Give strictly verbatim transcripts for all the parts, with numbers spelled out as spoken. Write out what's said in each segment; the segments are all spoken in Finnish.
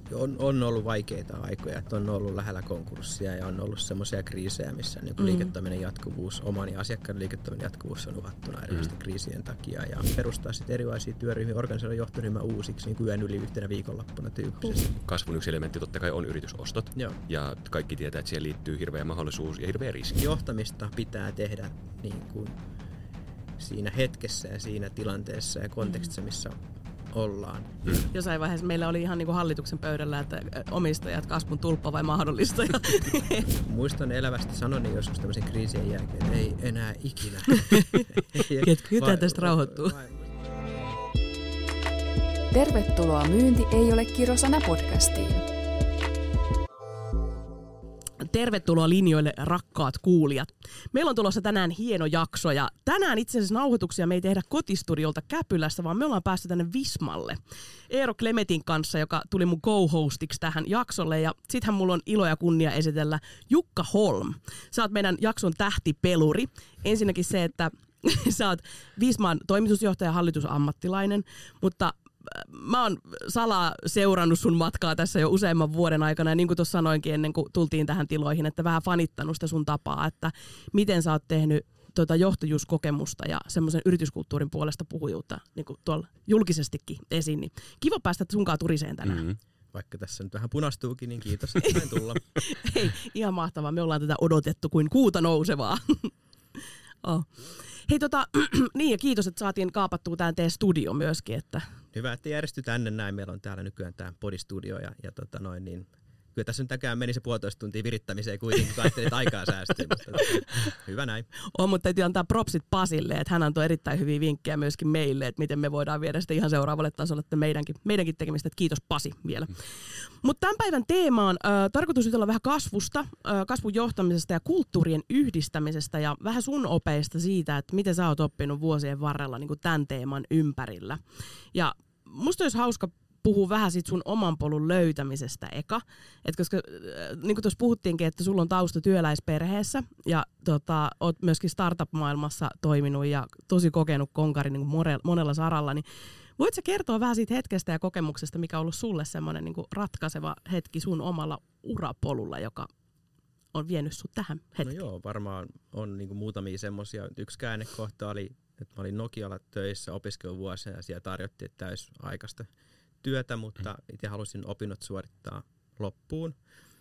on, on ollut vaikeita aikoja, että on ollut lähellä konkurssia ja on ollut semmoisia kriisejä, missä niin mm. liiketoiminnan jatkuvuus, oman ja asiakkaan liiketoiminnan jatkuvuus on uhattuna erilaisten mm. kriisien takia ja perustaa sitten erilaisia työryhmiä, organisoida johtoryhmä uusiksi niin kuin yön yli yhtenä viikonloppuna tyyppisesti. Kasvun yksi elementti totta kai on yritysostot. Joo. Ja kaikki tietää, että siihen liittyy hirveä mahdollisuus ja hirveä riski. Johtamista pitää tehdä niin kuin siinä hetkessä ja siinä tilanteessa ja kontekstissa, missä ollaan. Mm. Jossain vaiheessa meillä oli ihan niin kuin hallituksen pöydällä, että omistajat kasvun tulppa vai mahdollista. Muistan elävästi sanoni joskus tämmöisen kriisien jälkeen, että ei enää ikinä. Ketkä tästä rauhoittuu? Tervetuloa Myynti ei ole kirosana podcastiin. Tervetuloa linjoille, rakkaat kuulijat. Meillä on tulossa tänään hieno jakso ja tänään itse asiassa nauhoituksia me ei tehdä kotistudiolta Käpylässä, vaan me ollaan päästy tänne Vismalle. Eero Klemetin kanssa, joka tuli mun co-hostiksi tähän jaksolle ja sittenhän mulla on ilo ja kunnia esitellä Jukka Holm. Sä oot meidän jakson tähtipeluri. Ensinnäkin se, että sä oot Visman toimitusjohtaja, hallitusammattilainen, mutta mä oon salaa seurannut sun matkaa tässä jo useamman vuoden aikana ja niin kuin tuossa sanoinkin ennen kuin tultiin tähän tiloihin, että vähän fanittanut sitä sun tapaa, että miten sä oot tehnyt tuota johtajuuskokemusta ja semmoisen yrityskulttuurin puolesta puhujuutta niin kuin tuolla julkisestikin esiin. Niin kiva päästä sunkaan turiseen tänään. Mm-hmm. Vaikka tässä nyt vähän punastuukin, niin kiitos, että sain tulla. Hei, ihan mahtavaa. Me ollaan tätä odotettu kuin kuuta nousevaa. oh. Hei tota, niin ja kiitos, että saatiin kaapattua tämän teidän studio myöskin. Että hyvä, että järjestyi tänne näin. Meillä on täällä nykyään tämä podistudio ja, ja tota noin, niin kyllä tässä nyt takään meni se puolitoista tuntia virittämiseen kuitenkin, kun ajattelin, että aikaa säästyy, mutta hyvä näin. On, mutta täytyy antaa propsit Pasille, että hän antoi erittäin hyviä vinkkejä myöskin meille, että miten me voidaan viedä sitä ihan seuraavalle tasolle, että meidänkin, meidänkin tekemistä, että kiitos Pasi vielä. Mm. Mutta tämän päivän teema on äh, tarkoitus jutella vähän kasvusta, äh, kasvun johtamisesta ja kulttuurien yhdistämisestä ja vähän sun opeista siitä, että miten sä oot oppinut vuosien varrella niin kuin tämän teeman ympärillä. Ja musta olisi hauska puhuu vähän sit sun oman polun löytämisestä eka. Et koska äh, niin kuin tuossa puhuttiinkin, että sulla on tausta työläisperheessä ja tota, oot myöskin startup-maailmassa toiminut ja tosi kokenut konkari niin kuin monella saralla, niin voit sä kertoa vähän siitä hetkestä ja kokemuksesta, mikä on ollut sulle semmoinen niin kuin ratkaiseva hetki sun omalla urapolulla, joka on vienyt sut tähän hetkeen? No joo, varmaan on niin kuin muutamia semmoisia. Yksi käännekohta oli, että mä olin Nokialla töissä opiskeluvuosina ja siellä tarjottiin täysaikaista työtä, mutta itse halusin opinnot suorittaa loppuun.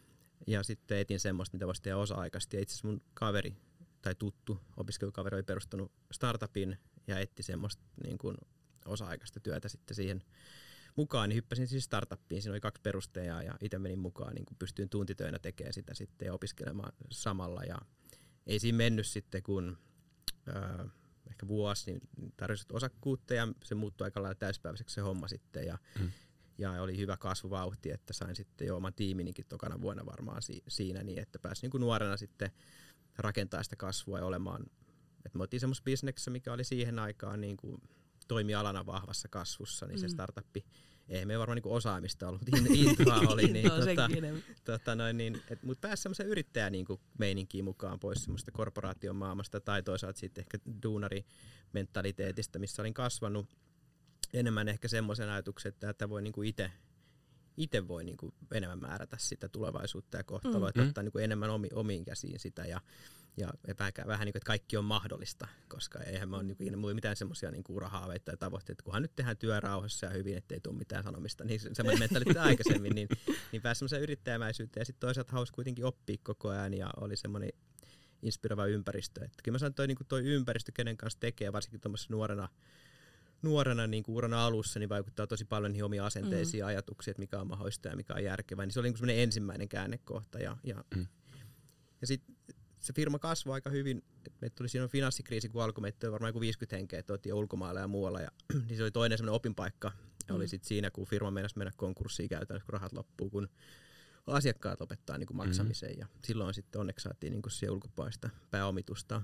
Ja sitten etin semmoista, mitä voisi tehdä osa-aikaisesti. Ja itse asiassa mun kaveri tai tuttu opiskelukaveri oli perustanut startupin ja etti semmoista niin kuin osa-aikaista työtä sitten siihen mukaan. Niin hyppäsin siis startuppiin. Siinä oli kaksi perustajaa ja itse menin mukaan, niin kuin pystyin tuntitöinä tekemään sitä sitten ja opiskelemaan samalla. Ja ei siinä mennyt sitten kun Öö, ehkä vuosi, niin tarjosit osakkuutta ja se muuttui aika lailla täyspäiväiseksi se homma sitten ja, mm. ja oli hyvä kasvuvauhti, että sain sitten jo oman tiiminikin tokana vuonna varmaan si- siinä niin, että pääsin niin kuin nuorena sitten rakentaa sitä kasvua ja olemaan, että me oltiin semmoisessa bisneksessä, mikä oli siihen aikaan niin kuin toimialana vahvassa kasvussa, niin mm. se startuppi, ei me varmaan niinku osaamista ollut, intoa oli, niin, tota, tota noin, niin, mutta pääsi semmoisen yrittäjän niinku meininkiin mukaan pois semmoista korporaation maailmasta tai toisaalta sitten ehkä duunarimentaliteetistä, missä olin kasvanut enemmän ehkä semmoisen ajatuksen, että, että voi niinku itse itse voi niinku enemmän määrätä sitä tulevaisuutta ja kohtaloa, mm. että ottaa niinku enemmän omi, omiin käsiin sitä ja Ja vähän, vähän niin kuin, että kaikki on mahdollista, koska eihän mä ole niin mitään semmoisia niin urahaaveita tai tavoitteita, kunhan nyt tehdään työrauhassa ja hyvin, ettei tule mitään sanomista, niin semmoinen mentaliteetti aikaisemmin, niin, niin pääsi semmoiseen yrittäjämäisyyteen ja sitten toisaalta halusi kuitenkin oppia koko ajan ja oli semmoinen inspiroiva ympäristö. Että kyllä mä sanon, että toi, niin toi ympäristö, kenen kanssa tekee, varsinkin tuommoisessa nuorena, nuorena niin kuin uran alussa, niin vaikuttaa tosi paljon niihin omiin asenteisiin ja mm. ajatuksiin, että mikä on mahdollista ja mikä on järkevää. Niin se oli niin semmoinen ensimmäinen käännekohta ja, ja, mm. ja sitten se firma kasvoi aika hyvin. Meitä tuli siinä finanssikriisi, kun alkoi, meitä oli varmaan joku viisikymmentä henkeä, että oltiin ulkomailla ja muualla. Ja, niin se oli toinen semmoinen opinpaikka. Ja oli sitten siinä, kun firma meinasi mennä konkurssiin käytännössä, kun rahat loppuu, kun asiakkaat lopettaa niin kuin maksamisen. Mm-hmm. Ja silloin sitten onneksi saatiin niin kuin siihen ulkopuolista pääomitusta.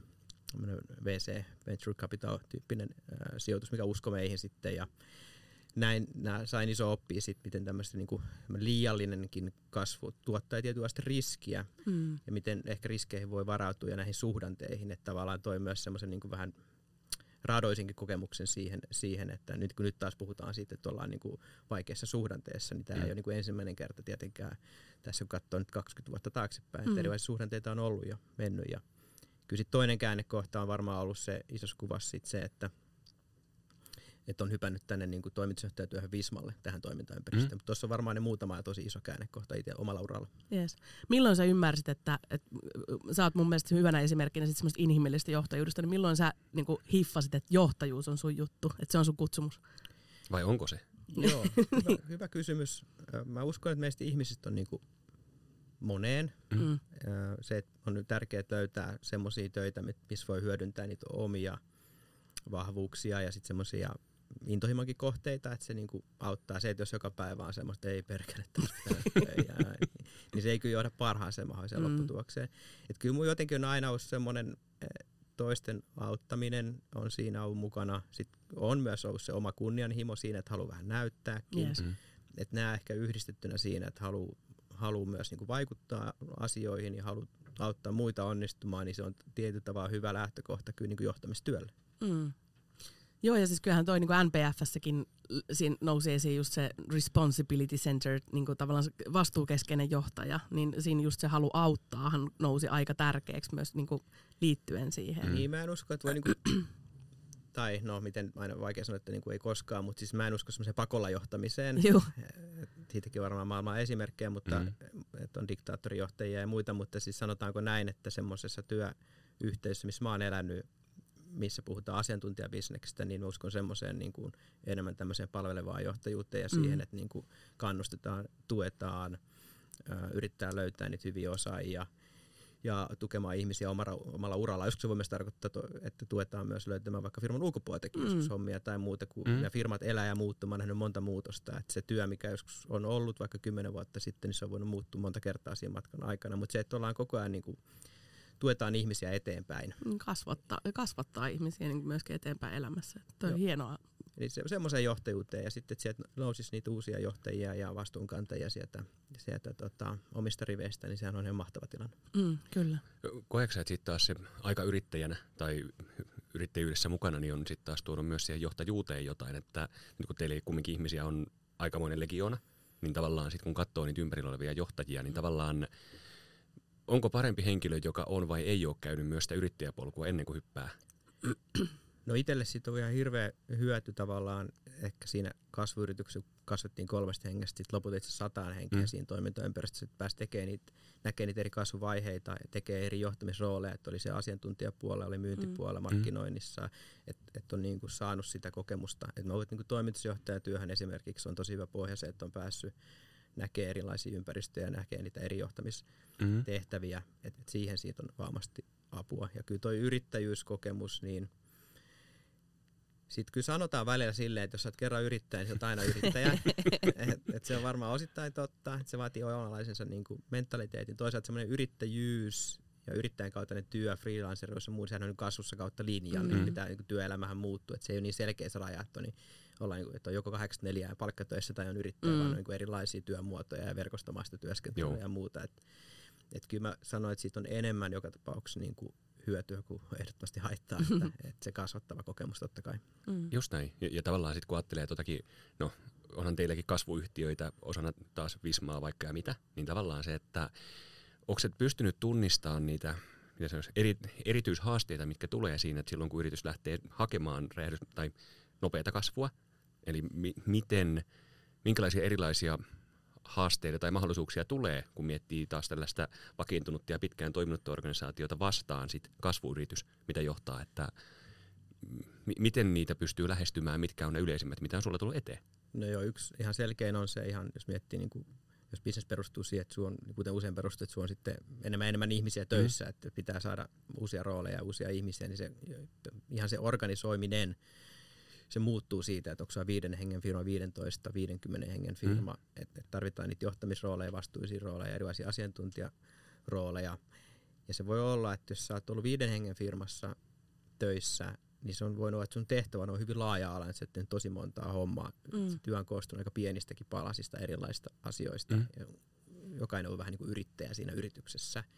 V C, Venture Capital-tyyppinen äh, sijoitus, mikä uskoi meihin sitten. Ja näin nää sain iso oppia sit, miten tämmöistä niinku liiallinenkin kasvu tuottaa tietynlaista riskiä hmm. ja miten ehkä riskeihin voi varautua ja näihin suhdanteihin, että tavallaan toi myös semmoisen niinku vähän raadoisinkin kokemuksen siihen, siihen, että nyt kun nyt taas puhutaan siitä, että ollaan niin kuin vaikeassa suhdanteessa, niin tämä mm. ei ole niin kuin ensimmäinen kerta tietenkään tässä, kun katsoo nyt kaksikymmentä vuotta taaksepäin, mm. että erilaisia suhdanteita on ollut jo mennyt. Ja kyllä sitten toinen käännekohta on varmaan ollut se isossa kuvassa sit se, että että on hypännyt tänne niin kuin toimitusjohtajatyöhön Vismalle tähän toimintaympäristöön. Mm. Mutta tuossa on varmaan ne muutama ja tosi iso käännekohta itse omalla uralla. Yes. Milloin sä ymmärsit, että, että sä oot mun mielestä hyvänä esimerkkinä sit semmoista inhimillistä johtajuudesta, niin milloin sä niin kuin hiffasit, että johtajuus on sun juttu, että se on sun kutsumus? Vai onko se? Joo, hyvä, hyvä kysymys. Mä uskon, että meistä ihmisistä on niin kuin moneen. Mm. Se että on tärkeää löytää semmoisia töitä, missä voi hyödyntää niitä omia vahvuuksia ja sitten semmoisia intohimonkin kohteita, että se niinku auttaa se, että jos joka päivä on semmoista, ei perkele, niin se ei kyllä johda parhaaseen mahdolliseen mm. lopputulokseen. Että kyllä mun jotenkin on aina ollut semmoinen toisten auttaminen on siinä ollut mukana. Sitten on myös ollut se oma kunnianhimo siinä, että haluaa vähän näyttääkin. Yes. Mm. Että nämä ehkä yhdistettynä siinä, että haluaa haluu myös niinku vaikuttaa asioihin ja haluaa auttaa muita onnistumaan, niin se on tietyllä tavalla hyvä lähtökohta kyllä niinku johtamistyölle. Mm. Joo, ja siis kyllähän toi niin kuin N P F:ssäkin siinä nousi esiin just se responsibility centered, niin kuin tavallaan vastuukeskeinen johtaja, niin siinä just se halu auttaahan nousi aika tärkeäksi myös niin kuin liittyen siihen. Mm. Niin mä en usko, että voi niinku, tai no miten aina vaikea sanoa, että niinku ei koskaan, mutta siis mä en usko semmoiseen pakolla johtamiseen. Joo. Siitäkin varmaan maailman esimerkkejä, mutta mm. että on diktaattorijohtajia ja muita, mutta siis sanotaanko näin, että semmoisessa työyhteisössä, missä mä oon elänyt, missä puhutaan asiantuntijabisneksestä, niin mä uskon semmoiseen niin kuin enemmän tämmöiseen palvelevaan johtajuuteen ja siihen, mm. että niin kuin kannustetaan, tuetaan, ää, yrittää löytää niitä hyviä osaajia ja tukemaan ihmisiä omalla, omalla uralla. Joskus se voi myös tarkoittaa, että tuetaan myös löytämään vaikka firman ulkopuolelta mm. hommia tai muuta, kun mm. ja firmat elää ja muuttuu. Mä oon nähnyt monta muutosta. Että se työ, mikä joskus on ollut vaikka kymmenen vuotta sitten, niin se on voinut muuttua monta kertaa siinä matkan aikana. Mutta se, että ollaan koko ajan niin kuin tuetaan ihmisiä eteenpäin. Kasvattaa, kasvattaa ihmisiä niin myöskin eteenpäin elämässä. Tuo on hienoa. Eli se, semmoiseen johtajuuteen ja sitten, että sieltä nousisi niitä uusia johtajia ja vastuunkantajia sieltä, sieltä tota, omista riveistä, niin sehän on ihan mahtava tilanne. Mm, kyllä. Koetko sä, että sitten taas se aika yrittäjänä tai yrittäjyydessä mukana, niin on sitten taas tuonut myös siihen johtajuuteen jotain, että nyt kun teillä kumminkin ihmisiä on aikamoinen legioona, niin tavallaan sitten kun katsoo niitä ympärillä olevia johtajia, niin tavallaan onko parempi henkilö, joka on vai ei ole käynyt myös sitä yrittäjäpolkua ennen kuin hyppää? No itselle siitä on ihan hirveä hyöty tavallaan ehkä siinä kasvuyrityksessä, kun kasvettiin kolmesta hengestä, sitten lopulta itse sataan henkeä mm. siinä toimintaympäristössä, että pääsi tekemään niitä, näkee niitä eri kasvuvaiheita ja tekee eri johtamisrooleja, että oli se asiantuntijapuolella, oli myyntipuolella, markkinoinnissa, että et on niinku saanut sitä kokemusta. Et mä voin niinku toimitusjohtajatyöhön esimerkiksi on tosi hyvä pohja se, että on päässyt näkee erilaisia ympäristöjä ja näkee niitä eri johtamistehtäviä, mm-hmm. että et siihen siitä on varmasti apua. Ja kyllä toi yrittäjyyskokemus, niin sitten kyllä sanotaan välillä silleen, että jos sä oot kerran yrittäjä, niin sä oot aina yrittäjä. et, et se on varmaan osittain totta, että se vaatii omanlaisensa niinku mentaliteetin. Toisaalta semmoinen yrittäjyys ja yrittäjän kautainen työ, freelanceruus ja muu, sehän on kasvussa kautta linjan, mm-hmm. niin mitä niin työelämähän muuttuu, että se ei ole niin selkeä se rajattu, niin ollaan, että on joko kahdeksankymmentäneljä ja palkkatöissä tai on yrittäjä, mm. vaan on niin erilaisia työmuotoja ja verkostomaista työskentelyä Joo. ja muuta. Et, et kyllä mä sanoin, että siitä on enemmän joka tapauksessa niin kuin hyötyä kuin ehdottomasti haittaa, että, että se kasvattava kokemus totta kai. Mm. Just näin. Ja, ja tavallaan sitten kun ajattelee totakin, no onhan teilläkin kasvuyhtiöitä, osana taas Vismaa vaikka ja mitä, niin tavallaan se, että onko et pystynyt tunnistamaan niitä mitä se eri, erityishaasteita, mitkä tulee siinä, että silloin kun yritys lähtee hakemaan räjähdys, tai nopeata kasvua, eli mi- miten, minkälaisia erilaisia haasteita tai mahdollisuuksia tulee, kun miettii taas tällaista vakiintunutta ja pitkään toiminutta organisaatiota vastaan sit kasvuyritys, mitä johtaa, että m- miten niitä pystyy lähestymään, mitkä on ne yleisimmät, mitä on sulla tullut eteen? No joo, yksi ihan selkein on se, ihan, jos miettii, niin kuin, jos business perustuu siihen, että on, kuten usein perustuu, että on sitten enemmän enemmän ihmisiä töissä, mm. että pitää saada uusia rooleja ja uusia ihmisiä, niin se, ihan se organisoiminen, se muuttuu siitä, että onko se viiden hengen firma, viisitoista, viisikymmentä hengen firma, mm. että et tarvitaan niitä johtamisrooleja, vastuullisia rooleja, erilaisia asiantuntijarooleja. Ja se voi olla, että jos sä oot ollut viiden hengen firmassa töissä, niin se on voinut olla, että sun tehtävä on hyvin laaja-alainen, että sä teet tosi montaa hommaa. Mm. Se työ on koostunut aika pienistäkin palasista erilaisista asioista. Mm. Jokainen on vähän niin kuin yrittäjä siinä yrityksessä.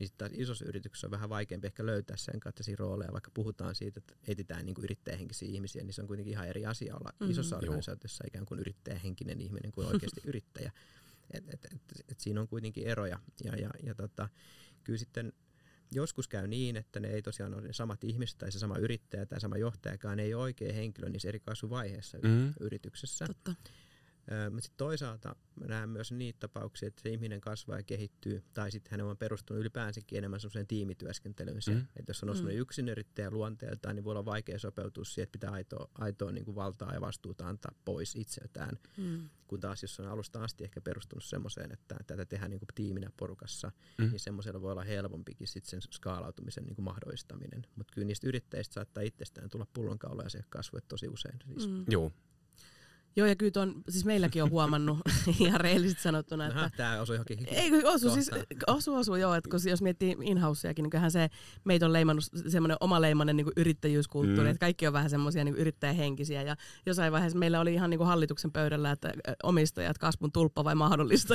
niin sitten taas isossa yrityksessä on vähän vaikeampi ehkä löytää sen kaltaisia rooleja, vaikka puhutaan siitä, että etsitään niin kuin yrittäjähenkisiä ihmisiä, niin se on kuitenkin ihan eri asia olla mm-hmm. isossa organisaatiossa ikään kuin yrittäjähenkinen ihminen kuin oikeasti yrittäjä. Et, et, et, et siinä on kuitenkin eroja ja, ja, ja tota, kyllä sitten joskus käy niin, että ne ei tosiaan ole ne samat ihmiset tai se sama yrittäjä tai sama johtajakaan ei ole oikea henkilö niissä eri kasvuvaiheissa mm-hmm. yrityksessä. Totta. Mutta sitten toisaalta näen myös niitä tapauksia, että se ihminen kasvaa ja kehittyy, tai sitten hän on perustunut ylipäänsäkin enemmän semmoiseen tiimityöskentelyyn. Mm. Että jos on mm. semmoinen yksinyrittäjä luonteeltaan, niin voi olla vaikea sopeutua siihen, että pitää aitoa, aitoa niin kuin valtaa ja vastuuta antaa pois itseltään. Mm. Kun taas jos on alusta asti ehkä perustunut semmoiseen, että tätä tehdään niin kuin tiiminä porukassa, mm. niin semmoisella voi olla helpompikin sit sen skaalautumisen niin kuin mahdollistaminen. Mutta kyllä niistä yrittäjistä saattaa itsestään tulla pullonkauloja se kasvu tosi usein. Siis. Mm. Joo. Joo, ja kyllä ton, siis meilläkin on huomannut ihan rehellisesti sanottuna, että... Naha, tää osui johonkin ei, osu, siis, osu, osu, joo, että jos miettii in-houseakin, niin kyllähän se, meitä on leimannut semmoinen omaleimainen niin kuin yrittäjyyskulttuuri, mm. että kaikki on vähän semmoisia niin kuin yrittäjähenkisiä, ja jossain vaiheessa meillä oli ihan niin kuin hallituksen pöydällä, että omistajat, kasvun tulppa vai mahdollista,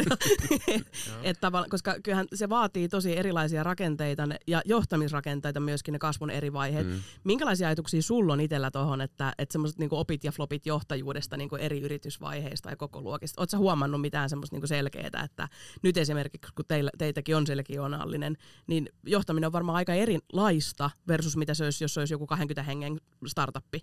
että, koska kyllähän se vaatii tosi erilaisia rakenteita ja johtamisrakenteita myöskin ne kasvun eri vaiheet. Mm. Minkälaisia ajatuksia sulla on itsellä tuohon, että, että semmoiset niin kuin opit ja flopit johtajuudesta niin kuin eri yritysvaiheista ja koko luokista. Oletko sä huomannut mitään semmoista niinku selkeää, että nyt esimerkiksi kun teillä, teitäkin on selekionaalinen, niin johtaminen on varmaan aika erilaista versus mitä se olisi, jos se olisi joku kaksikymmentä hengen startuppi?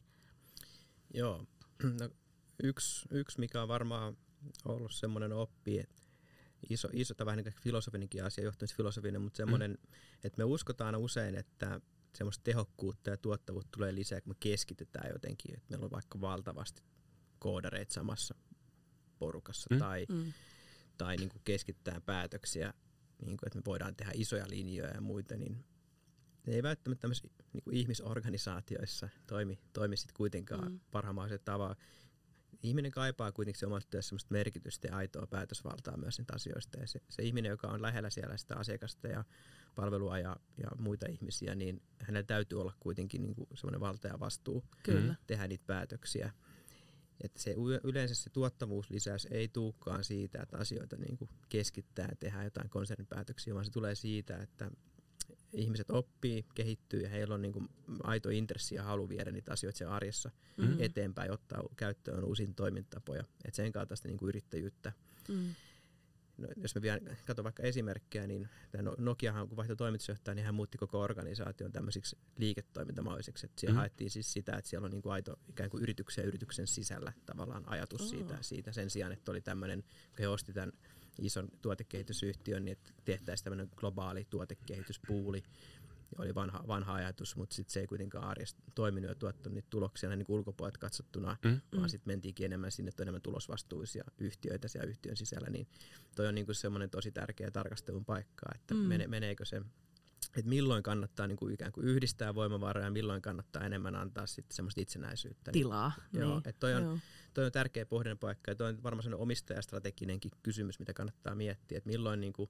Joo. No, yksi, yksi, mikä on varmaan ollut semmoinen oppi, että iso, iso tai vähän niin kuin filosofinenkin asia, johtamisfilosofinen, mutta semmoinen, mm. että me uskotaan usein, että semmoista tehokkuutta ja tuottavuutta tulee lisää, kun me keskitytään jotenkin, että meillä on vaikka valtavasti koodareet samassa porukassa mm. tai, mm. tai niin kuin keskittää päätöksiä, niin kuin, että me voidaan tehdä isoja linjoja ja muita, niin ne ei välttämättä tämmöisissä niin kuin ihmisorganisaatioissa toimi, toimi sit kuitenkaan mm. parhaimmaisella tavalla. Ihminen kaipaa kuitenkin se omassa työssä semmoista merkitystä ja aitoa päätösvaltaa myös niitä asioista. Ja se, se ihminen, joka on lähellä siellä sitä asiakasta ja palvelua ja, ja muita ihmisiä, niin hänellä täytyy olla kuitenkin niin kuin semmoinen valta ja vastuu Kyllä. tehdä niitä päätöksiä. Että se yleensä se tuottavuuslisäys ei tulekaan siitä, että asioita niin kuin keskittää ja tehdään jotain konsernipäätöksiä, vaan se tulee siitä, että ihmiset oppii, kehittyy ja heillä on niin kuin aito intressi ja halu viedä niitä asioita siellä arjessa mm. eteenpäin, ottaa käyttöön uusia toimintatapoja. Että sen kaltaista niin kuin yrittäjyyttä. Mm. No, jos me vielä katson vaikka esimerkkejä, niin Nokiahan kun vaihtoi toimitusjohtaja, niin hän muutti koko organisaation tämmöisiksi liiketoimintamaisiksi. Että siellä mm. haettiin siis sitä, että siellä on niin kuin aito ikään kuin yrityksen ja yrityksen sisällä tavallaan ajatus oh. siitä, siitä sen sijaan, että oli tämmöinen, kun he osti tämän ison tuotekehitysyhtiön, niin että tehtäisiin tämmöinen globaali tuotekehityspuuli. Oli vanha, vanha ajatus, mutta sitten se ei kuitenkaan arjessa toiminut ja tuottanut niitä tuloksia niin ulkopuolelta katsottuna, mm. vaan sitten mentiinkin enemmän sinne, että on enemmän tulosvastuisia yhtiöitä siellä yhtiön sisällä. Niin toi on niinku semmoinen tosi tärkeä tarkastelun paikka, että mm. mene, meneekö se, että milloin kannattaa niinku ikään kuin yhdistää voimavaroja ja milloin kannattaa enemmän antaa sitten semmoista itsenäisyyttä. Tilaa. Niin, joo, että toi on, toi on tärkeä pohdinnan paikka ja toi on varmaan semmoinen omistajastrateginenkin kysymys, mitä kannattaa miettiä, että milloin niinku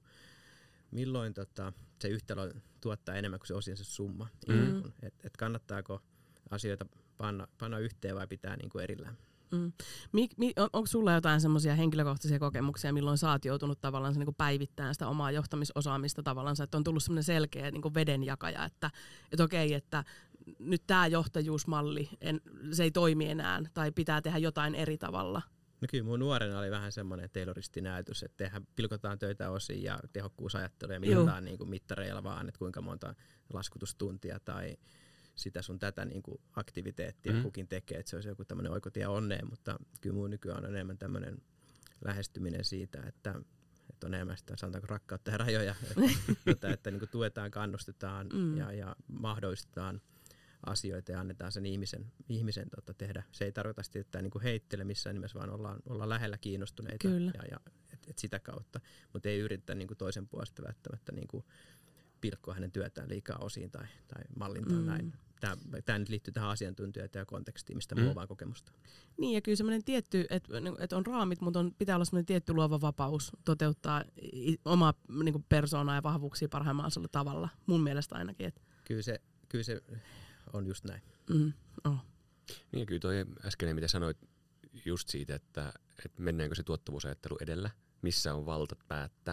milloin tota, se yhtälö tuottaa enemmän kuin se osiensa summa. Mm. Että et kannattaako asioita panna, panna yhteen vai pitää niinku erillään. Mm. Mi, mi, on, onko sulla jotain semmoisia henkilökohtaisia kokemuksia, milloin sä oot joutunut tavallaan niinku päivittämään sitä omaa johtamisosaamista tavallaan, että on tullut semmoinen selkeä niinku vedenjakaja, että et okei, että nyt tämä johtajuusmalli, en, se ei toimi enää tai pitää tehdä jotain eri tavalla? No kyllä mun nuorena oli vähän semmoinen tayloristinäytös, että tehdään, pilkotaan töitä osiin ja tehokkuusajattelu ja mitataan niin kuin mittareilla vaan, että kuinka monta laskutustuntia tai sitä sun tätä niin kuin aktiviteettia mm. kukin tekee, että se olisi joku tämmöinen oikotie onneen, mutta kyllä mun nykyään on enemmän tämmöinen lähestyminen siitä, että, että on enemmän sitä sanotaanko rakkautta ja rajoja, että, että, että niin kuin tuetaan, kannustetaan mm. ja, ja mahdollistetaan asioita ja annetaan sen ihmisen, ihmisen tota, tehdä. Se ei tarkoita sitä, että niinku heittele missään nimessä, vaan ollaan, ollaan lähellä kiinnostuneita ja, ja et, et sitä kautta. Mutta ei yritetä niinku toisen puolesta välttämättä niinku pilkkoa hänen työtään liikaa osiin tai, tai mallintaa mm. näin. Tämä nyt liittyy tähän asiantuntijoita ja kontekstiin, mistä mm. mulla on vaan kokemusta. Niin ja kyllä semmoinen tietty, että et on raamit, mutta on, pitää olla semmoinen tietty luova vapaus toteuttaa omaa niinku persoonaa ja vahvuuksia parhaimmalla tavalla, mun mielestä ainakin. Et. Kyllä se, kyllä se on just näin. Mm. Oh. Niin kyllä toi äskeinen, mitä sanoit just siitä, että, että mennäänkö se tuottavuusajattelu edellä, missä on valta päättää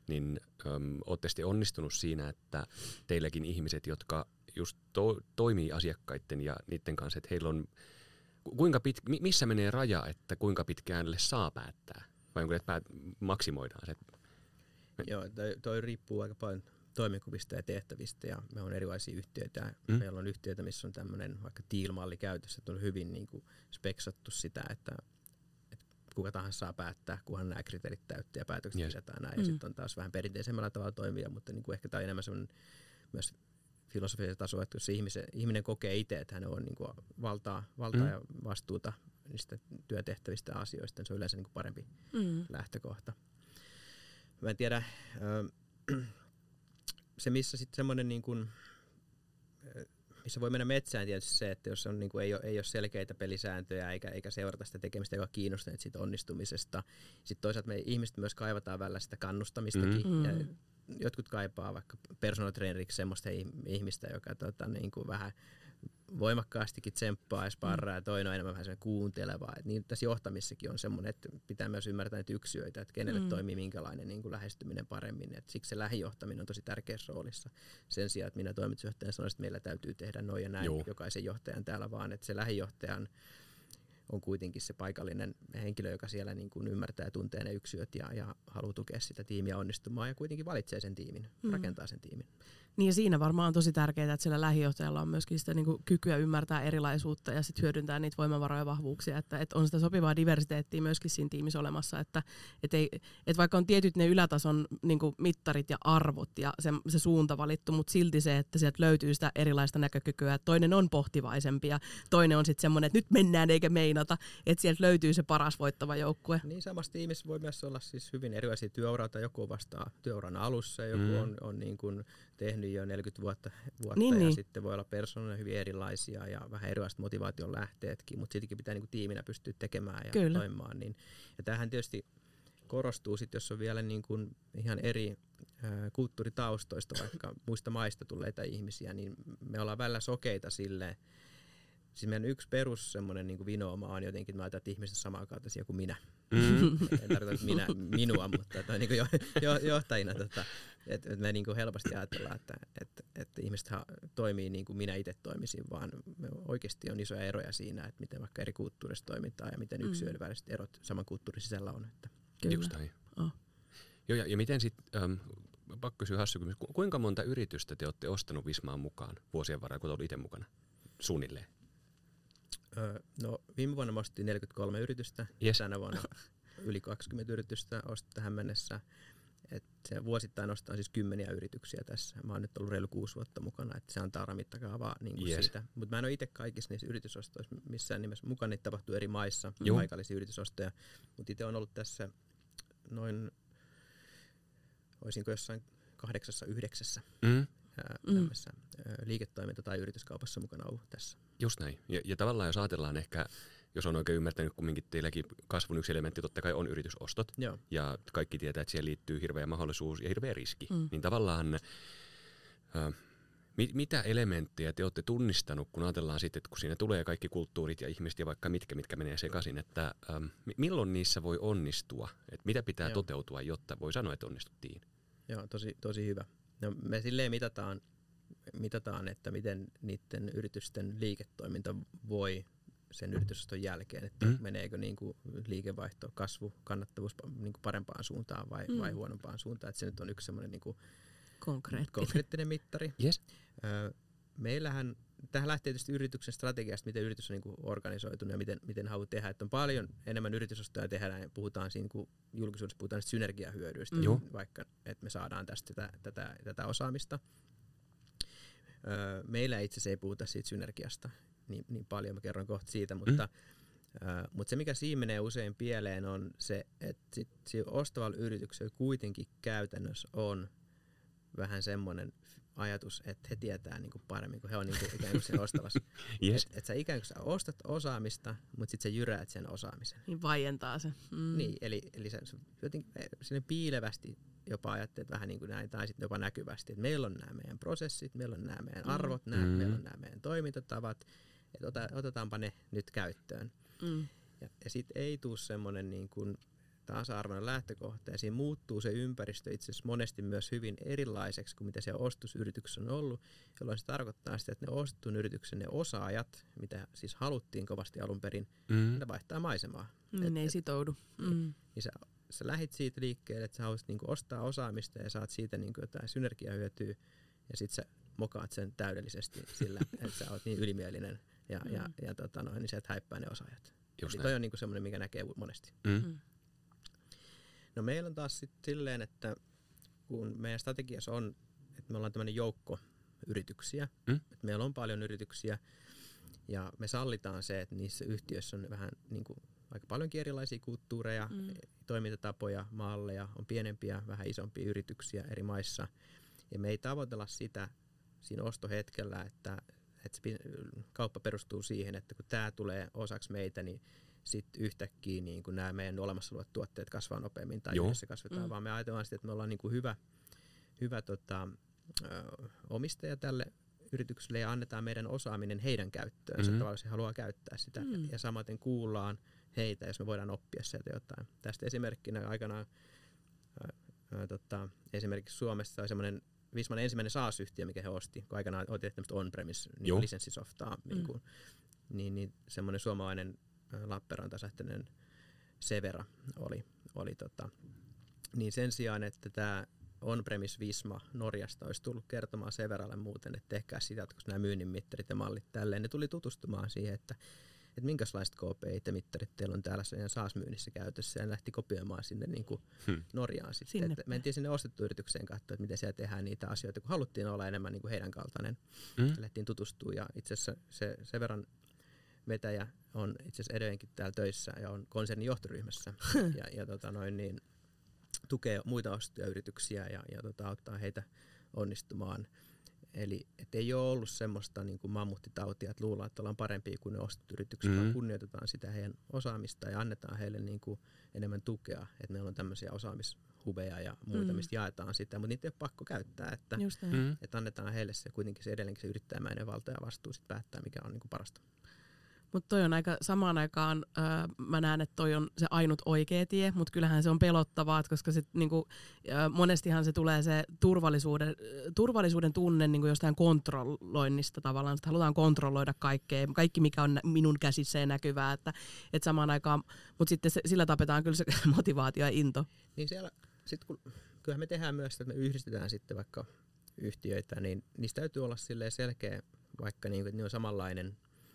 niin äm, ootte sitten onnistunut siinä, että teilläkin ihmiset, jotka just to, toimii asiakkaiden ja niiden kanssa, että heillä on, kuinka pit, missä menee raja, että kuinka pitkään saa päättää? Vai onko, että päät, maksimoidaan se? Joo, toi, toi riippuu aika paljon toimenkuvista ja tehtävistä, ja me on erilaisia yhtiöitä. Mm. Meillä on yhtiöitä, missä on tämmöinen vaikka deal-malli käytössä, että on hyvin niin kuin speksattu sitä, että, että kuka tahansa saa päättää, kunhan nämä kriteerit täyttää ja päätökset yes. pidetään näin. Mm. Ja sitten on taas vähän perinteisemmällä tavalla toimia, mutta niin kuin ehkä tämä on enemmän semmoinen myös filosofisen taso, että jos ihmisen, ihminen kokee itse, että hän on niin kuin valtaa, valtaa mm. ja vastuuta niistä työtehtävistä ja asioista, niin se on yleensä niin kuin parempi mm. lähtökohta. Mä en tiedä, se missä sitten semmoinen niin kuin, missä voi mennä metsään tietysti se, että jos on, niin kuin, ei, ole, ei ole selkeitä pelisääntöjä eikä, eikä seurata sitä tekemistä, joka on kiinnostunut siitä onnistumisesta. Sitten toisaalta me ihmiset myös kaivataan välillä sitä kannustamistakin. Mm. Ja jotkut kaipaa vaikka personal traineriksi semmoista ihmistä, joka tota, niin kuin vähän voimakkaastikin tsemppaa ja sparraa, ja toinen on enemmän vähän kuuntelevaa. Et niin tässä johtamisessakin on semmoinen, että pitää myös ymmärtää näitä yksilöitä, että kenelle mm. toimii minkälainen niin kuin lähestyminen paremmin. Et siksi se lähijohtaminen on tosi tärkeässä roolissa. Sen sijaan, että minä toimitusjohtajana sanoisin, että meillä täytyy tehdä noin ja näin Joo. jokaisen johtajan täällä, vaan että se lähijohtajan on kuitenkin se paikallinen henkilö, joka siellä niin kuin ymmärtää ja tuntee ne yksilöt ja, ja haluaa tukea sitä tiimiä onnistumaan ja kuitenkin valitsee sen tiimin, mm. rakentaa sen tiimin. Niin ja siinä varmaan on tosi tärkeää, että siellä lähijohtajalla on myöskin sitä niin kuin kykyä ymmärtää erilaisuutta ja sit hyödyntää niitä voimavaroja ja vahvuuksia, että, että on sitä sopivaa diversiteettiä myöskin siinä tiimissä olemassa, että, että, ei, että vaikka on tietyt ne ylätason niin kuin mittarit ja arvot ja se, se suunta valittu, mutta silti se, että sieltä löytyy sitä erilaista näkökykyä, että toinen on pohtivaisempi ja toinen on sitten semmoinen, että nyt mennään eikä meinata, että sieltä löytyy se paras voittava joukkue. Niin samasta tiimissä voi myös olla siis hyvin erilaisia työuroita, joku vastaa työuran alussa, joku mm. on, on niin kuin tehnyt jo neljäkymmentä vuotta, vuotta niin, ja niin. sitten voi olla persoonallinen hyvin erilaisia ja vähän erilaiset motivaation lähteetkin, mutta sittenkin pitää niin kuin tiiminä pystyä tekemään ja Kyllä. toimimaan. Niin. Ja tämähän tietysti korostuu sitten, jos on vielä niin kuin ihan eri ää, kulttuuritaustoista, vaikka muista maista tulleita ihmisiä, niin me ollaan välillä sokeita silleen. Siis meidän yksi perus semmoinen niin kuin vinooma on jotenkin, että mä ajattelin, että ihmiset on samankaltaisia kuin minä. Mm. En tarkoita minä, minua, mutta että niin kuin jo, jo, johtajina, tota, että et me niin kuin helposti ajatellaan, että et, et ihmiset toimii niin kuin minä itse toimisin, vaan me oikeasti on isoja eroja siinä, että miten vaikka eri kulttuurissa toimitaan ja miten yksilöiden mm. väliset erot saman kulttuurin sisällä on. Että. Just näin. Oh. Joo, ja, ja miten sitten, ähm, pakko kysyä hassu kysymys, kuinka monta yritystä te olette ostanut Vismaan mukaan vuosien varrella, kun te olette itse mukana suunnilleen? No viime vuonna me ostettiin neljäkymmentäkolme yritystä, yes. tänä vuonna yli kaksikymmentä yritystä ostettiin tähän mennessä. Et se vuosittain ostaa siis kymmeniä yrityksiä tässä. Mä oon nyt ollut reilu kuusi vuotta mukana, että se antaa mittakaaavaa niin yes. siitä. Mutta mä en ole itse kaikissa niissä yritysostoissa missään nimessä mukana, niitä tapahtuu eri maissa, Joo. paikallisia yritysostoja. Mutta itse on ollut tässä noin, olisinko jossain kahdeksassa, yhdeksässä. Mm. tämmöisessä mm. liiketoiminta- tai yrityskaupassa mukana ollut tässä. Just näin. Ja, ja tavallaan jos ajatellaan ehkä, jos on oikein ymmärtänyt, kumminkin teilläkin kasvun yksi elementti totta kai on yritysostot. Joo. Ja kaikki tietää, että siihen liittyy hirveä mahdollisuus ja hirveä riski. Mm. Niin tavallaan, äh, mit, mitä elementtejä te olette tunnistanut, kun ajatellaan sitten, että kun siinä tulee kaikki kulttuurit ja ihmiset ja vaikka mitkä, mitkä menee sekaisin, että ähm, milloin niissä voi onnistua? Että mitä pitää Joo. toteutua, jotta voi sanoa, että onnistuttiin? Joo, tosi, tosi hyvä. No, me silleen mitataan, mitataan, että miten niiden yritysten liiketoiminta voi sen yritysoston jälkeen, että mm. meneekö niin kuin liikevaihto, kasvu, kannattavuus niin kuin parempaan suuntaan vai, mm. vai huonompaan suuntaan. Että se nyt on yksi semmoinen niin kuin konkreettinen. konkreettinen mittari. Yes. Meillähän, tähän lähtee tietysti yrityksen strategiasta, miten yritys on niin kuin organisoitunut ja miten, miten haluaa tehdä. Että on paljon enemmän yritysostoja tehdään ja puhutaan siinä, kun julkisuudessa puhutaan synergiahyödyistä, mm. vaikka että me saadaan tästä tätä, tätä, tätä osaamista. Meillä itse asiassa ei puhuta siitä synergiasta niin, niin paljon, mä kerron kohta siitä, mutta, mm. äh, mutta se mikä siinä menee usein pieleen on se, että sit, siinä ostavalla yrityksellä kuitenkin käytännössä on vähän semmoinen ajatus, että he tietää niin kuin paremmin, kun he on niin kuin ikään kuin siinä ostavassa. Yes. Että et sä ikään kuin sä ostat osaamista, mutta sitten sä jyräät sen osaamisen. Niin vaientaa se. Mm. Niin, eli, eli sä jotenkin sinne piilevästi jopa ajattelet vähän niin kuin näin, tai sitten jopa näkyvästi, että meillä on nämä meidän prosessit, meillä on nämä meidän arvot, mm. nämä, mm. meillä on nämä meidän toimintatavat, että otetaanpa ne nyt käyttöön. Mm. Ja, ja sitten ei tule semmoinen niin kuin tasa-arvoinen lähtökohta ja siinä muuttuu se ympäristö itse asiassa monesti myös hyvin erilaiseksi kuin mitä se ostosyrityksessä on ollut, jolloin se tarkoittaa sitä, että ne ostetun yrityksen ne osaajat, mitä siis haluttiin kovasti alun perin, Mm. ne vaihtaa maisemaa. Niin Et- ei et- sitoudu. Mm. Niin sä, sä lähit siitä liikkeelle, että sä haluaisit niinku ostaa osaamista ja saat siitä niinku jotain synergiahyötyä ja sit sä mokaat sen täydellisesti sillä, että sä oot niin ylimielinen ja, mm. ja, ja tota noin, niin sä et häippää ne osaajat. Just Eli näin. toi on niinku semmoinen, mikä näkee monesti. Mm. Mm. No meillä on taas sit silleen, että kun meidän strategiassa on, että me ollaan tämmöinen joukko yrityksiä, Mm. että meillä on paljon yrityksiä ja me sallitaan se, että niissä yhtiöissä on vähän niin kuin, aika paljonkin erilaisia kulttuureja, Mm. toimintatapoja, malleja, on pienempiä, vähän isompia yrityksiä eri maissa ja me ei tavoitella sitä siinä ostohetkellä, että, että se kauppa perustuu siihen, että kun tämä tulee osaksi meitä, niin sitten yhtäkkiä niin kun nämä meidän olemassa olevat tuotteet kasvaa nopeammin tai Joo. yhdessä kasvetaan, Mm. vaan me ajatellaan sitä, että me ollaan niin kuin hyvä, hyvä tota, ö, omistaja tälle yritykselle ja annetaan meidän osaaminen heidän käyttöönsä, Mhm. tavallaan se haluaa käyttää sitä Mm. ja samaten kuullaan heitä, jos me voidaan oppia sieltä jotain. Tästä esimerkkinä aikanaan ö, ö, tota, esimerkiksi Suomessa oli semmoinen Visman ensimmäinen SaaS-yhtiö, mikä he osti, kun aikanaan oli tehty tämmöistä on-premise Joo. niin lisenssisoftaa, niin, kuin, niin, niin semmoinen suomalainen ä, Lappeenranta-sähtöinen Severa oli, oli tota, niin sen sijaan, että tämä on-premise Visma Norjasta olisi tullut kertomaan Severalle muuten, että tehkää sitä, koska nämä myynnin mittarit ja mallit tälleen, ne tuli tutustumaan siihen, että että minkälaiset K P I ja mittarit teillä on täällä sen SaaS-myynnissä käytössä ja ne lähti kopioimaan sinne niin kuin Hmm. Norjaan sitten. Sinne Että mentiin sinne ostettu yritykseen katsoa, että miten siellä tehdään niitä asioita, kun haluttiin olla enemmän niin kuin heidän kaltainen. Mm. Lähtiin tutustua ja itse asiassa se Severan vetäjä on itse asiassa edelleenkin täällä töissä ja on konsernin johtoryhmässä ja, ja tota noin, niin, tukee muita ostettuja yrityksiä ja, ja tota, auttaa heitä onnistumaan. Eli et ei ole ollut semmoista niin kuin mammuttitautia, että luullaan, että ollaan parempia kuin ne ostetut yritykset, Mm-hmm. vaan kunnioitetaan sitä heidän osaamista ja annetaan heille niin kuin enemmän tukea, että meillä on tämmöisiä osaamishubeja ja muuta, Mm. mistä jaetaan sitä, mutta niitä ei ole pakko käyttää, että, Just näin. Mm. että annetaan heille se kuitenkin se edelleenkin se yrittäjämäinen valta ja vastuu sit päättää, mikä on niin kuin parasta. Mutta toi on aika samaan aikaan, öö, mä näen, että toi on se ainut oikea tie, mutta kyllähän se on pelottavaa, et koska sit, niinku, öö, monestihan se tulee se turvallisuuden, turvallisuuden tunne niinku jostain kontrolloinnista tavallaan, että halutaan kontrolloida kaikkea, kaikki mikä on minun käsissä ja näkyvää, että et samaan aikaan, mutta sitten se, sillä tapetaan kyllä se motivaatio ja into. Niin siellä, sit kun, kyllähän me tehdään myös sitä, että me yhdistetään sitten vaikka yhtiöitä, niin niistä täytyy olla silleen selkeä, vaikka niin, että ne on samanlainen,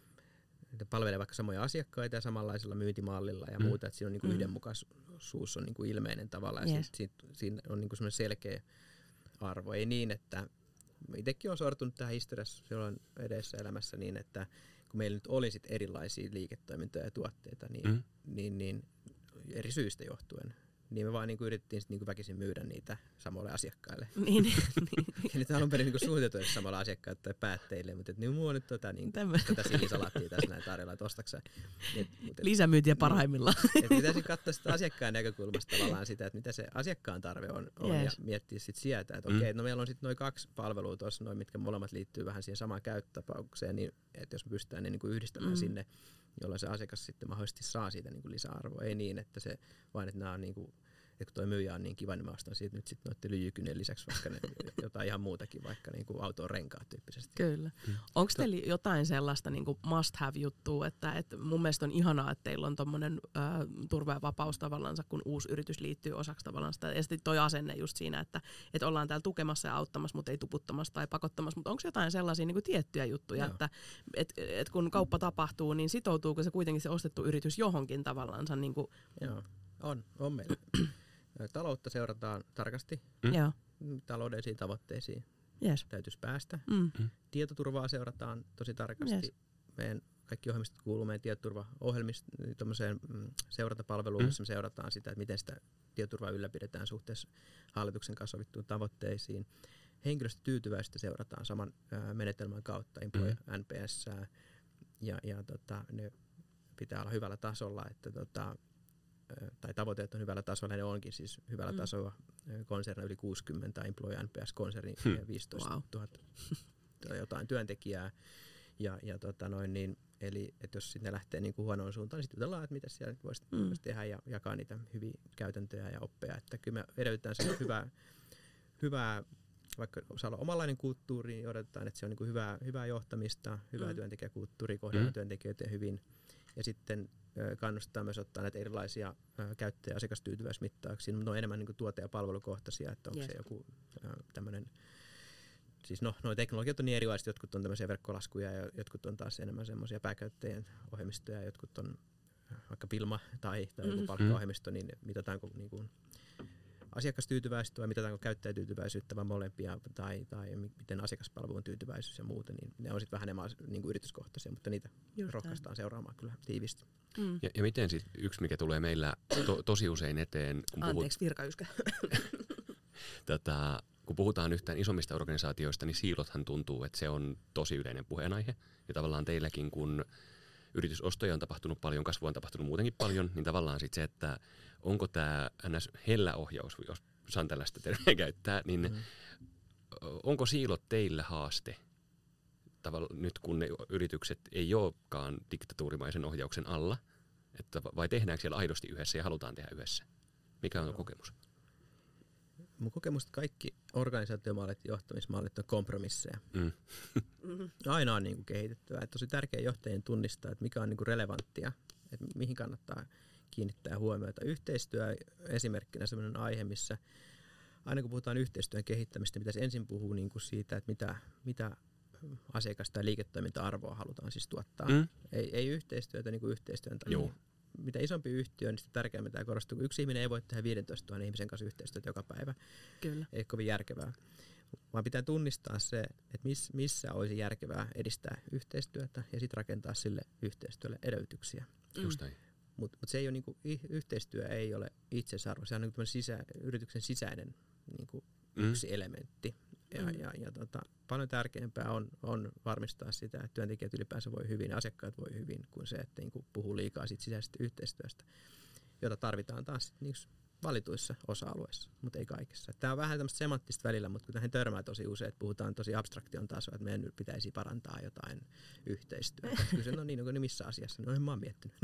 että palvelee vaikka samoja asiakkaita ja samanlaisella myyntimallilla ja Mm. muuta, että siinä on niin kuin Mm. yhdenmukaisuus on niin kuin ilmeinen tavallaan ja Yes. sit, sit, siinä on niin kuin semmoinen selkeä arvo. Ei niin, että itsekin olen sortunut tähän historiassa silloin edessä elämässä niin, että kun meillä nyt oli sit erilaisia liiketoimintoja ja tuotteita, niin, Mm. niin, niin eri syistä johtuen, niin me vaan niin kuin yritettiin sit niin kuin väkisin myydä niitä samoille asiakkaille. niin, niin, Ja nyt alun perin niin suunniteltu samalla asiakkaille tai päättäjille, mutta et, niin mulla on nyt tota, niin, Tämä. tätä sinisalaattia tässä näin tarjolla, että ostaksä. Et, mut, et, Lisämyyntiä parhaimmillaan. et pitäisi katsoa sitä asiakkaan näkökulmasta tavallaan sitä, että mitä se asiakkaan tarve on, on Yes. ja miettiä sitten sieltä, että Mm. okei, no meillä on sitten noin kaksi palvelua tuossa, noin, mitkä molemmat liittyy vähän siihen samaan käyttötapaukseen, niin että jos me pystytään ne niin kuin yhdistämään Mm. sinne, jolloin se asiakas sitten mahdollisesti saa siitä niin kuin lisäarvoa. Ei niin, että se vain, että nämä on niin kuin, että kun tuo myyjä on niin kiva, niin mä ostan siitä nyt sitten noiden lyijykynien lisäksi vaikka ne, jotain ihan muutakin, vaikka niin kuin auton renkaat tyyppisesti. Kyllä. Onko teillä jotain sellaista niin kuin must have juttua, että, että mun mielestä on ihanaa, että teillä on tommonen äh, turva ja vapaus tavallaan, kun uusi yritys liittyy osaksi tavallaan sitä. Ja sitten toi asenne just siinä, että, että ollaan täällä tukemassa ja auttamassa, mutta ei tuputtamassa tai pakottamassa. Mutta onko jotain sellaisia niin kuin tiettyjä juttuja, Joo. että et, et kun kauppa tapahtuu, niin sitoutuuko se kuitenkin se ostettu yritys johonkin tavallaan? Niin kuin, Joo, on, on meillä. Taloutta seurataan tarkasti, Mm. Joo, taloudellisiin tavoitteisiin yes. täytyisi päästä. Mm. Tietoturvaa seurataan tosi tarkasti. Yes. Meidän kaikki ohjelmistot kuuluu meidän tietoturvaohjelmiston mm, seurantapalveluun, Mm. missä me seurataan sitä, että miten sitä tietoturvaa ylläpidetään suhteessa hallituksen kanssa sovittuun tavoitteisiin. Henkilöstötyytyväisyyttä seurataan saman ää, menetelmän kautta, employee N P S, ja, ja tota, ne pitää olla hyvällä tasolla, että tota, tai tavoitteet on hyvällä tasolla, ja ne onkin siis hyvällä Mm. mm. tasolla. Konserni yli kuusikymmentä, employee N P S-konserni Hmm. viisitoista Wow. tuhatta jotain työntekijää. Ja, ja tota noin, niin Eli että jos sitten lähtee niin kuin huonoon suuntaan, niin sitten jutellaan, että mitä siellä voisi Mm. vois tehdä ja jakaa niitä hyviä käytäntöjä ja oppeja. Että kyllä me edellytetään se hyvää, hyvää, vaikka osaa olla omanlainen kulttuuri, niin odotetaan, että se on niin kuin hyvää, hyvää johtamista, hyvää Mm. työntekijäkulttuuria, kohdella Mm. työntekijöitä hyvin. Ja sitten ö, kannustaa myös ottaa näitä erilaisia ö, käyttäjä- ja asiakastyytyväismittauksia. Ne on enemmän niin kuin tuote- ja palvelukohtaisia, että onko Yes. se joku ö, tämmöinen. Siis no, nuo teknologiat on niin erilaiset, jotkut on tämmöisiä verkkolaskuja ja jotkut on taas enemmän semmoisia pääkäyttäjien ohjelmistoja, jotkut on äh, vaikka Pilma tai, tai joku Mhm. palkkaohjelmisto, niin mitataanko niin kuin asiakastyytyväisyyttä vai mitataanko käyttäjätyytyväisyyttä vai molempia tai, tai mi- miten asiakaspalvelun tyytyväisyys ja muuta, niin ne on sitten vähän enemmän niin kuin yrityskohtaisia, mutta niitä Just rohkaistaan seuraamaan kyllä tiivisti. Mm. Ja, ja miten siis yksi, mikä tulee meillä to, tosi usein eteen, kun, puhut, Anteeksi, virkayskä. tätä, kun puhutaan yhtään isommista organisaatioista, niin siilothan tuntuu, että se on tosi yleinen puheenaihe. Ja tavallaan teilläkin, kun yritysostoja on tapahtunut paljon, kasvua on tapahtunut muutenkin paljon, niin tavallaan sitten se, että onko tämä ns. Hellä ohjaus, jos saan tällaista termiä käyttää, niin Mhm. onko siilot teillä haaste? Tavalla, nyt kun ne yritykset ei olekaan diktatuurimaisen ohjauksen alla, että vai tehdäänkö siellä aidosti yhdessä ja halutaan tehdä yhdessä? Mikä on Joo. kokemus? Mun kokemus, että kaikki organisaatiomallit ja johtamismallit on kompromisseja. Mm. Mm. Aina on niin kuin kehitettävää. Että tosi tärkeää johtajien tunnistaa, että mikä on niin kuin relevanttia, että mihin kannattaa kiinnittää huomiota. Yhteistyö esimerkkinä sellainen aihe, missä aina kun puhutaan yhteistyön kehittämistä, pitäisi ensin puhua niin kuin siitä, että mitä, mitä asiakas- tai liiketoiminta-arvoa halutaan siis tuottaa. Mm. Ei, ei yhteistyötä niin kuin yhteistyön takia. Joo. Mitä isompi yhtiö, niin sitä tärkeämmin tämä korostuu. Yksi ihminen ei voi tehdä viisitoistatuhatta ihmisen kanssa yhteistyötä joka päivä. Kyllä. Ei kovin järkevää. Vaan pitää tunnistaa se, että miss, missä olisi järkevää edistää yhteistyötä ja sitten rakentaa sille yhteistyölle edellytyksiä. Just näin. Mutta mut se ei ole niinku, yhteistyö ei ole itsesarvo, se on niinku sisä, yrityksen sisäinen niinku Mm. yksi elementti. Ja, Mm. ja, ja tota, paljon tärkeämpää on, on varmistaa sitä, että työntekijät ylipäänsä voi hyvin ja asiakkaat voi hyvin, kuin se, että niinku puhuu liikaa siitä sisäisestä yhteistyöstä, jota tarvitaan taas niinku valituissa osa-alueissa, mutta ei kaikissa. Tämä on vähän tämmöistä semanttista välillä, mutta kun tähän törmää tosi usein, että puhutaan tosi abstraktion tasoa, että meidän nyt pitäisi parantaa jotain yhteistyötä. Kyllä se on niin, onko ne missä asiassa? No en mä oon miettinyt.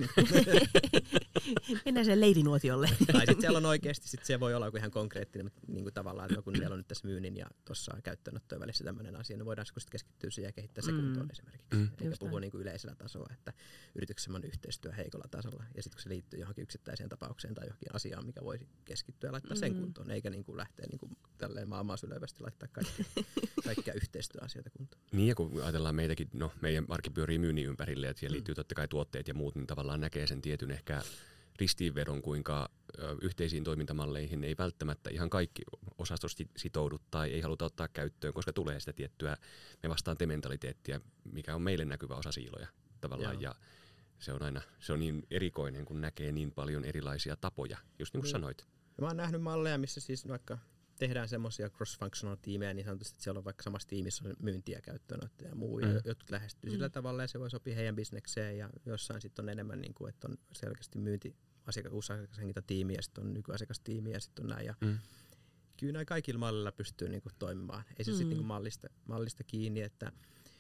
Mennään sen leidinuotiolle. Tai sitten siellä on oikeasti, sit se voi olla joku ihan konkreettinen, mutta niin kuin tavallaan, että no kun meillä on nyt tässä myynnin ja tuossa käyttöönottojen välissä tämmöinen asia, niin voidaan sitten keskittyä siihen ja kehittää se Mm. kuntoon esimerkiksi. Mm. Eikä Just puhua näin. niin kuin yleisellä tasolla, että yrityksessä on yhteistyö heikolla tasolla. Ja sitten kun se liittyy johonkin yksittäiseen tapaukseen tai johonkin asiaan, mikä voisi keskittyä ja laittaa sen Mm. kuntoon, eikä niin kuin lähteä niin kuin tälleen maailmaa sylevästi laittaa kaikkia, kaikkia yhteistyöasioita kuntoon. Niin ja kun ajatellaan meitäkin, no meidän arki pyörii myynnin ympärille, että siihen liittyy totta kai tuotteet ja muut, niin tavallaan näkee sen tietyn ehkä ristiinvedon, kuinka ö, yhteisiin toimintamalleihin ei välttämättä ihan kaikki osastot sitoudu tai ei haluta ottaa käyttöön, koska tulee sitä tiettyä me vastaan te mentaliteettia, mikä on meille näkyvä osa siiloja tavallaan. Joo. Ja se on aina se on niin erikoinen, kun näkee niin paljon erilaisia tapoja, just niin kuin Niin. sanoit. Ja mä oon nähnyt malleja, missä siis vaikka tehdään semmoisia cross-functional tiimejä, niin sanotusti, että siellä on vaikka samassa tiimissä on myyntiä, käyttöönotto ja muu, Mm. ja jotkut lähestyy Mm. sillä tavalla ja se voi sopia heidän bisnekseen ja jossain sitten on enemmän niin kuin, että on selkeästi myynti asiakashenkilötiimi ja sitten on nykyasiakastiimi ja sitten on näin. Ja Mm. kyllä näin kaikilla mallilla pystyy niin kuin toimimaan. Ei se Mm. sitten niin kuin mallista, mallista kiinni, että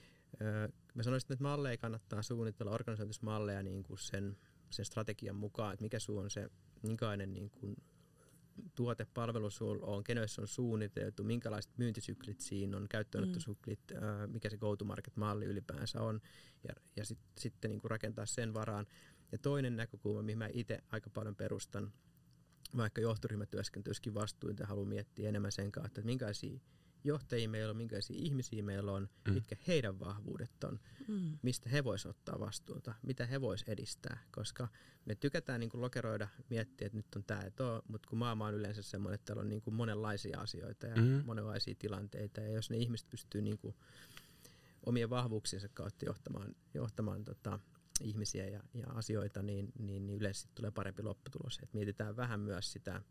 ö, mä sanoisin, että malleja kannattaa suunnitella, organisoitusmalleja niin kuin sen, sen strategian mukaan, että mikä sun on se, minkälainen niin kuin tuote, palvelu sulla on, kenessä on suunniteltu, minkälaiset myyntisyklit siinä on, käyttöönottosyklit, mm. ää, mikä se go-to-market-malli ylipäänsä on, ja, ja sit, sitten niin kuin rakentaa sen varaan. Ja toinen näkökulma, mihin mä itse aika paljon perustan, vaikka johtoryhmätyöskentelyskin vastuuta, haluan miettiä enemmän sen kautta, että minkälaisia johtajia meillä on, minkälaisia ihmisiä meillä on, Mm. mitkä heidän vahvuudet on, Mm. mistä he vois ottaa vastuuta, mitä he vois edistää, koska me tykätään niin kuin lokeroida, miettiä, että nyt on tämä ja tuo, mutta kun maailma on yleensä semmoinen, että täällä on niin kuin monenlaisia asioita ja Mhm. monenlaisia tilanteita, ja jos ne ihmiset pystyy niin kuin omien vahvuuksiensa kautta johtamaan, johtamaan tota, ihmisiä ja, ja asioita, niin, niin, niin yleensä tulee parempi lopputulos. Et mietitään vähän myös sitä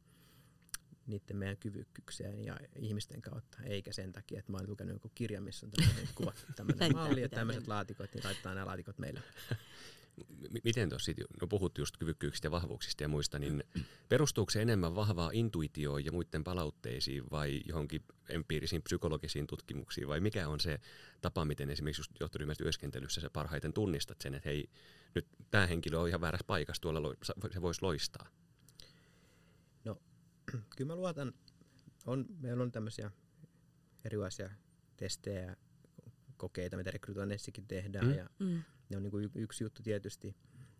niiden meidän kyvykkyyksien ja ihmisten kautta, eikä sen takia, että mä oon lukenut jonkun kirjan, missä on tämmöinen kuvattu tämmöinen Näin malli ja pitää tämmöiset mennä. laatikot, niin laitetaan nämä laatikot meille. m- miten tuossa no puhut just kyvykkyyksistä ja vahvuuksista ja muista, niin perustuuko se enemmän vahvaa intuitioon ja muiden palautteisiin vai johonkin empiirisiin psykologisiin tutkimuksiin, vai mikä on se tapa, miten esimerkiksi just johtoryhmässä työskentelyssä sä parhaiten tunnistat sen, että hei, nyt tämä henkilö on ihan väärässä paikassa, tuolla lo- se voisi loistaa? No, kyllä mä luotan, on, meillä on tämmöisiä erilaisia testejä ja kokeita, mitä rekrytoinneissakin tehdään, mm. ja Mm. ne on niin kuin y- yksi juttu tietysti.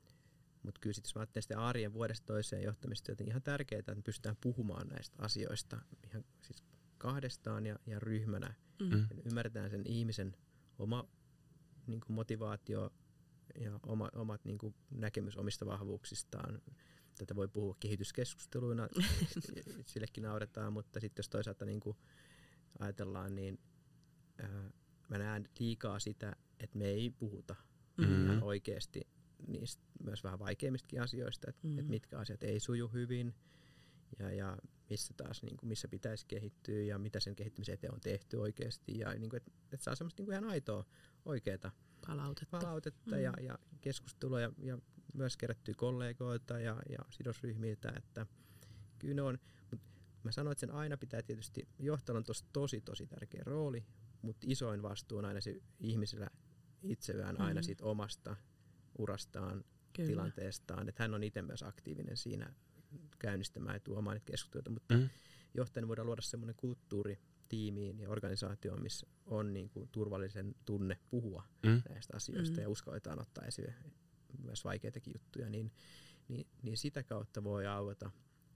Mutta kyllä sit, jos mä ajattelen sitä arjen vuodesta toiseen johtamista, joten ihan tärkeää, että me pystytään puhumaan näistä asioista ihan siis kahdestaan ja, ja ryhmänä. Mm. Ymmärretään sen ihmisen oma niin kuin motivaatio ja oma, omat niin kuin näkemys omista vahvuuksistaan. Tätä voi puhua kehityskeskusteluina, sillekin nauretaan, mutta sitten jos toisaalta niin kuin ajatellaan, niin ää, mä näen liikaa sitä, että me ei puhuta mm-hmm. ihan oikeasti niistä myös vähän vaikeimmistakin asioista, että mm-hmm. et mitkä asiat ei suju hyvin ja, ja missä taas niin kuin, missä pitäisi kehittyä ja mitä sen kehittymisen eteen on tehty oikeasti ja niin kuin, että et saa semmoista niin kuin ihan aitoa oikeaa Palautetta. palautetta Mm. ja, ja keskustelua ja, ja myös kerättyä kollegoilta ja, ja sidosryhmiltä, että kyllä ne on, mutta mä sanoin, että sen aina pitää tietysti, johtajalla on tosi tosi tosi tärkeä rooli, mutta isoin vastuu on aina se ihmisellä itsellään mm. aina siitä omasta urastaan, Kyllä. tilanteestaan, että hän on itse myös aktiivinen siinä käynnistämään ja tuomaan niitä keskusteluita, mutta Mm. johtajana voidaan luoda semmoinen kulttuuri tiimiin ja organisaatioon, missä on niin kuin turvallisen tunne puhua Mm. näistä asioista Mm. ja uskalletaan ottaa esille myös vaikeitakin juttuja, niin, niin, niin sitä kautta voi avata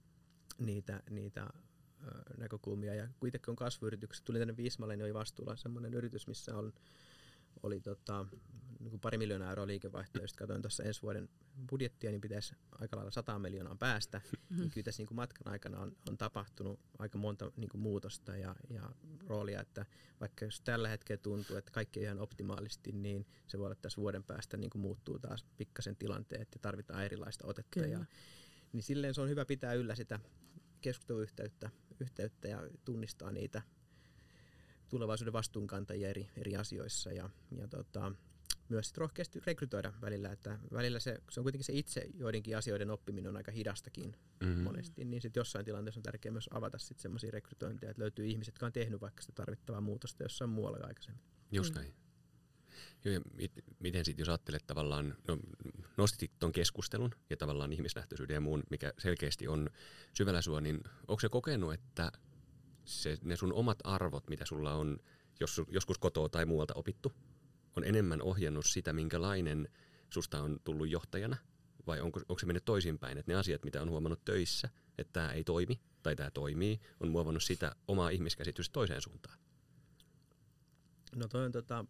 niitä, niitä ö, näkökulmia. Ja kuitenkin on kasvuyrityksessä, tuli tänne Viismalle, niin oli vastuulla semmoinen yritys, missä on, oli tota, niin kuin pari miljoonaa euroa liikevaihtoa, jos katsoin tuossa ensi vuoden budjettia, niin pitäisi aika lailla sata miljoonaa päästä. Mm-hmm. Niin kyllä tässä niin kuin matkan aikana on, on tapahtunut aika monta niin kuin muutosta ja, ja roolia, että vaikka jos tällä hetkellä tuntuu, että kaikki on ihan optimaalisesti, niin se voi olla tässä vuoden päästä niin kuin muuttuu taas pikkasen tilanteet ja tarvitaan erilaista otetta. Ja, niin silleen se on hyvä pitää yllä sitä keskusteluyhteyttä yhteyttä ja tunnistaa niitä tulevaisuuden vastuunkantajia eri, eri asioissa ja, ja tota, myös sit rohkeasti rekrytoida välillä, että välillä se, se on kuitenkin se itse joidenkin asioiden oppiminen on aika hidastakin mm-hmm. monesti, niin sitten jossain tilanteessa on tärkeää myös avata sitten semmoisia rekrytointeja, että löytyy ihmiset, jotka on tehnyt vaikka sitä tarvittavaa muutosta jossain muualla aikaisemmin. Just näin. Joo, ja mit, miten sitten jos ajattelet tavallaan, no, nostit tuon keskustelun ja tavallaan ihmislähtöisyyden ja muun, mikä selkeästi on syvällä sua, niin onko se kokenut, että se, ne sun omat arvot, mitä sulla on jos, joskus kotoa tai muualta opittu, on enemmän ohjannut sitä, minkälainen susta on tullut johtajana? Vai onko, onko se mennyt toisinpäin, että ne asiat, mitä on huomannut töissä, että tämä ei toimi tai tämä toimii, on muovannut sitä omaa ihmiskäsitystä toiseen suuntaan? No toi on, tota,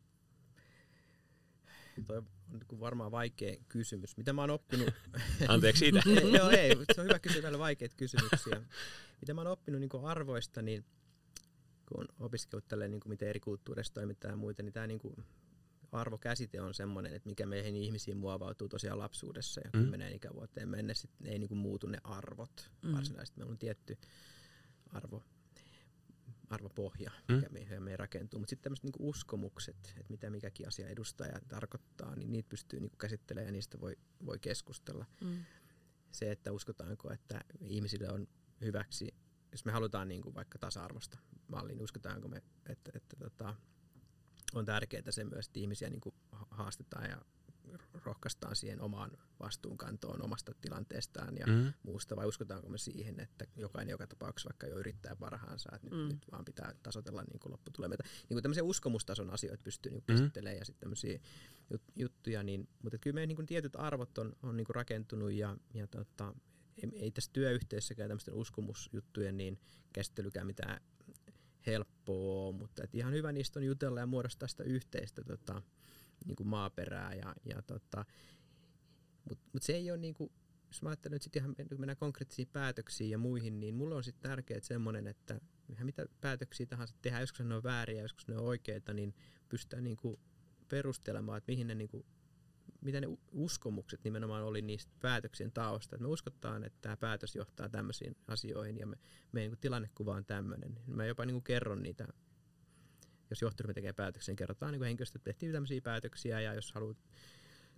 toi on varmaan vaikea kysymys. Mitä mä oon oppinut? Anteeksi siitä. Joo, ei, se on hyvä kysyä näille vaikeita kysymyksiä. Mitä mä oon oppinut niin kuin arvoista, niin kun on opiskellut tälleen, niin kuin miten eri kulttuureissa toimitaan ja muita, niin tämä niin kuin arvokäsite on semmoinen, että mikä meihin ihmisiin muovautuu tosiaan lapsuudessa ja kymmenen mm. ikävuoteen mennessä, ne ei niin kuin muutu ne arvot mm. varsinaisesti. Meillä on tietty arvo, arvopohja, mikä mm. meihin me rakentuu. Mutta sitten tämmöiset niin kuin uskomukset, että mitä mikäkin asia edustaa ja tarkoittaa, niin niitä pystyy niin kuin käsittelemään ja niistä voi, voi keskustella. Mm. Se, että uskotaanko, että ihmisille on hyväksi, jos me halutaan niin kuin vaikka tasa-arvosta malliin, niin uskotaanko me, että, että, että tota, on tärkeää se myös, että ihmisiä niin kuin haastetaan ja rohkaistaan siihen omaan vastuunkantoon omasta tilanteestaan ja mm. muusta, vai uskotaanko me siihen, että jokainen joka tapauksessa vaikka jo yrittää parhaansa, että nyt, mm. nyt vaan pitää tasotella niin kuin lopputulemia. Niin kuin tämmöisiä uskomustason asioita pystyy niin kuin käsittelemään mm. ja sitten tämmöisiä jut, juttuja, niin, mutta kyllä meidän niin kuin tietyt arvot on, on niin kuin rakentunut ja, ja tota, ei, ei tässä työyhteisössäkään tämmöisten uskomusjuttujen niin käsittelykään mitään helppoa, mutta et ihan hyvä niistä on jutella ja muodostaa sitä yhteistä tota, niin kuin maaperää. Ja, ja tota, mutta mut se ei ole, niin kuin, jos mä ajattelen nyt sitten ihan, kun mennään konkreettisiin päätöksiin ja muihin, niin mulla on sitten tärkeää semmoinen, että ihan mitä päätöksiä tahansa tehdään, joskus ne on vääriä, joskus ne on oikeita, niin pystytään niin kuin perustelemaan, että mihin ne niin kuin, mitä ne uskomukset nimenomaan oli niistä päätöksien taosta. Että me uskotaan, että tämä päätös johtaa tämmöisiin asioihin ja me, meidän niin tilannekuva on tämmöinen. Mä jopa niin kerron niitä, jos johtoryhmä tekee päätöksen, kerrotaan niin henkilöstö, että tehtiin tämmöisiä päätöksiä ja jos haluat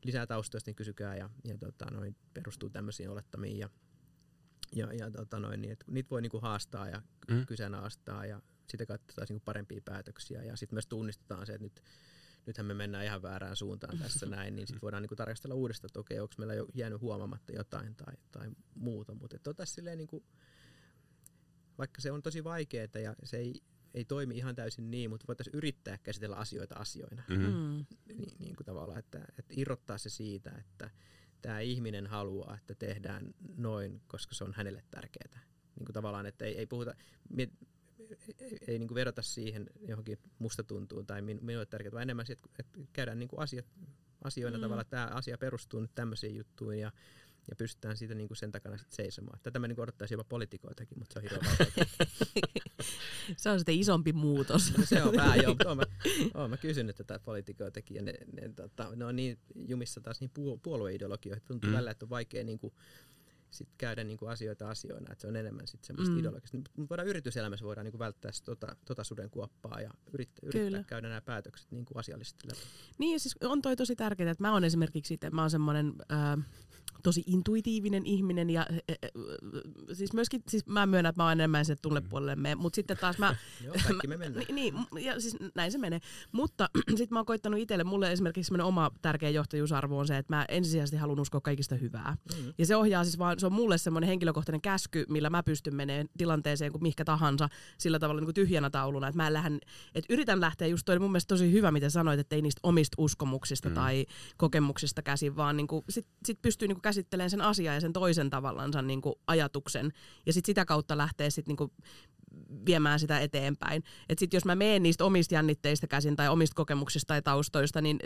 lisää taustoista, niin kysykää ja, ja tota, noin, perustuu tämmöisiin olettamiin ja, ja, ja tota, noin, niin, niitä voi niinku haastaa ja mm. kyseenalaistaa ja sitä kautta taas niinku parempia päätöksiä ja sitten myös tunnistetaan se, että nyt, nythän me mennään ihan väärään suuntaan tässä näin, niin sitten voidaan niinku tarkastella uudestaan, että okei, onko meillä jo jäänyt huomaamatta jotain tai, tai muuta, mutta tota silleen niinku, vaikka se on tosi vaikeaa ja se ei ei toimi ihan täysin niin, mutta voitaisiin yrittää käsitellä asioita asioina. Mm-hmm. Ni, niin kuin tavallaan, että, että irrottaa se siitä, että tämä ihminen haluaa, että tehdään noin, koska se on hänelle tärkeää. Niin kuin tavallaan, että ei, ei puhuta, ei, ei, ei niin kuin vedota siihen johonkin mustatuntuun tai minulle tärkeää, vaan enemmän siitä, että käydään niin kuin asiat, asioina mm. tavallaan, että tämä asia perustuu nyt tämmöisiin juttuihin ja ja pystytään siitä niinku sen takana sit seisomaan. Tätä mä niinku odottaisin jopa poliitikoitakin, mutta se on hirveän vaikeaa. Se on sitten isompi muutos. Se on vähän joo, mutta oon mä, oon mä kysynyt tätä poliitikoitakin ja ne, ne, tota, ne on niin jumissa taas niin puolueideologioita, että tuntuu mm. välillä, että on vaikea niinku sit käydä niinku asioita asioina, että se on enemmän sit semmoista mm. ideologista. Mutta voidaan yrityselämässä voidaan niinku välttää tota, tota sudenkuoppaa ja yrittää, yrittää käydä nämä päätökset niinku asiallisesti läpi. Niin ja siis on toi tosi tärkeää, että mä oon esimerkiksi itse, mä oon semmoinen Äh, tosi intuitiivinen ihminen ja äh, äh, siis myöskin, siis mä myönnän, että mä oon enemmän sen tunnepuolelle mene, mutta sitten taas mä... Joo, kaikki me mennään. Niin, ja siis näin se menee. Mutta sitten mä oon koittanut itselle, mulle esimerkiksi semmoinen oma tärkeä johtajuusarvo on se, että mä ensisijaisesti haluan uskoa kaikista hyvää. Mm-hmm. Ja se ohjaa siis vaan, se on mulle semmoinen henkilökohtainen käsky, millä mä pystyn menemään tilanteeseen kuin mihkä tahansa sillä tavalla niin kuin tyhjänä tauluna, että mä en lähden, että yritän lähteä just toi mun mielestä tosi hyvä, mitä sanoit, että ei niistä omista uskomuksista mm. tai kokemuksista käsin, vaan niin kuin, sit, sit pystyy niin kuin käsittelemään sen asian ja sen toisen tavallansa niin kuin ajatuksen ja sit sitä kautta lähtee sit niin kuin viemään sitä eteenpäin. Et sit jos mä menen niistä omista jännitteistä käsin tai omista kokemuksista tai taustoista, niin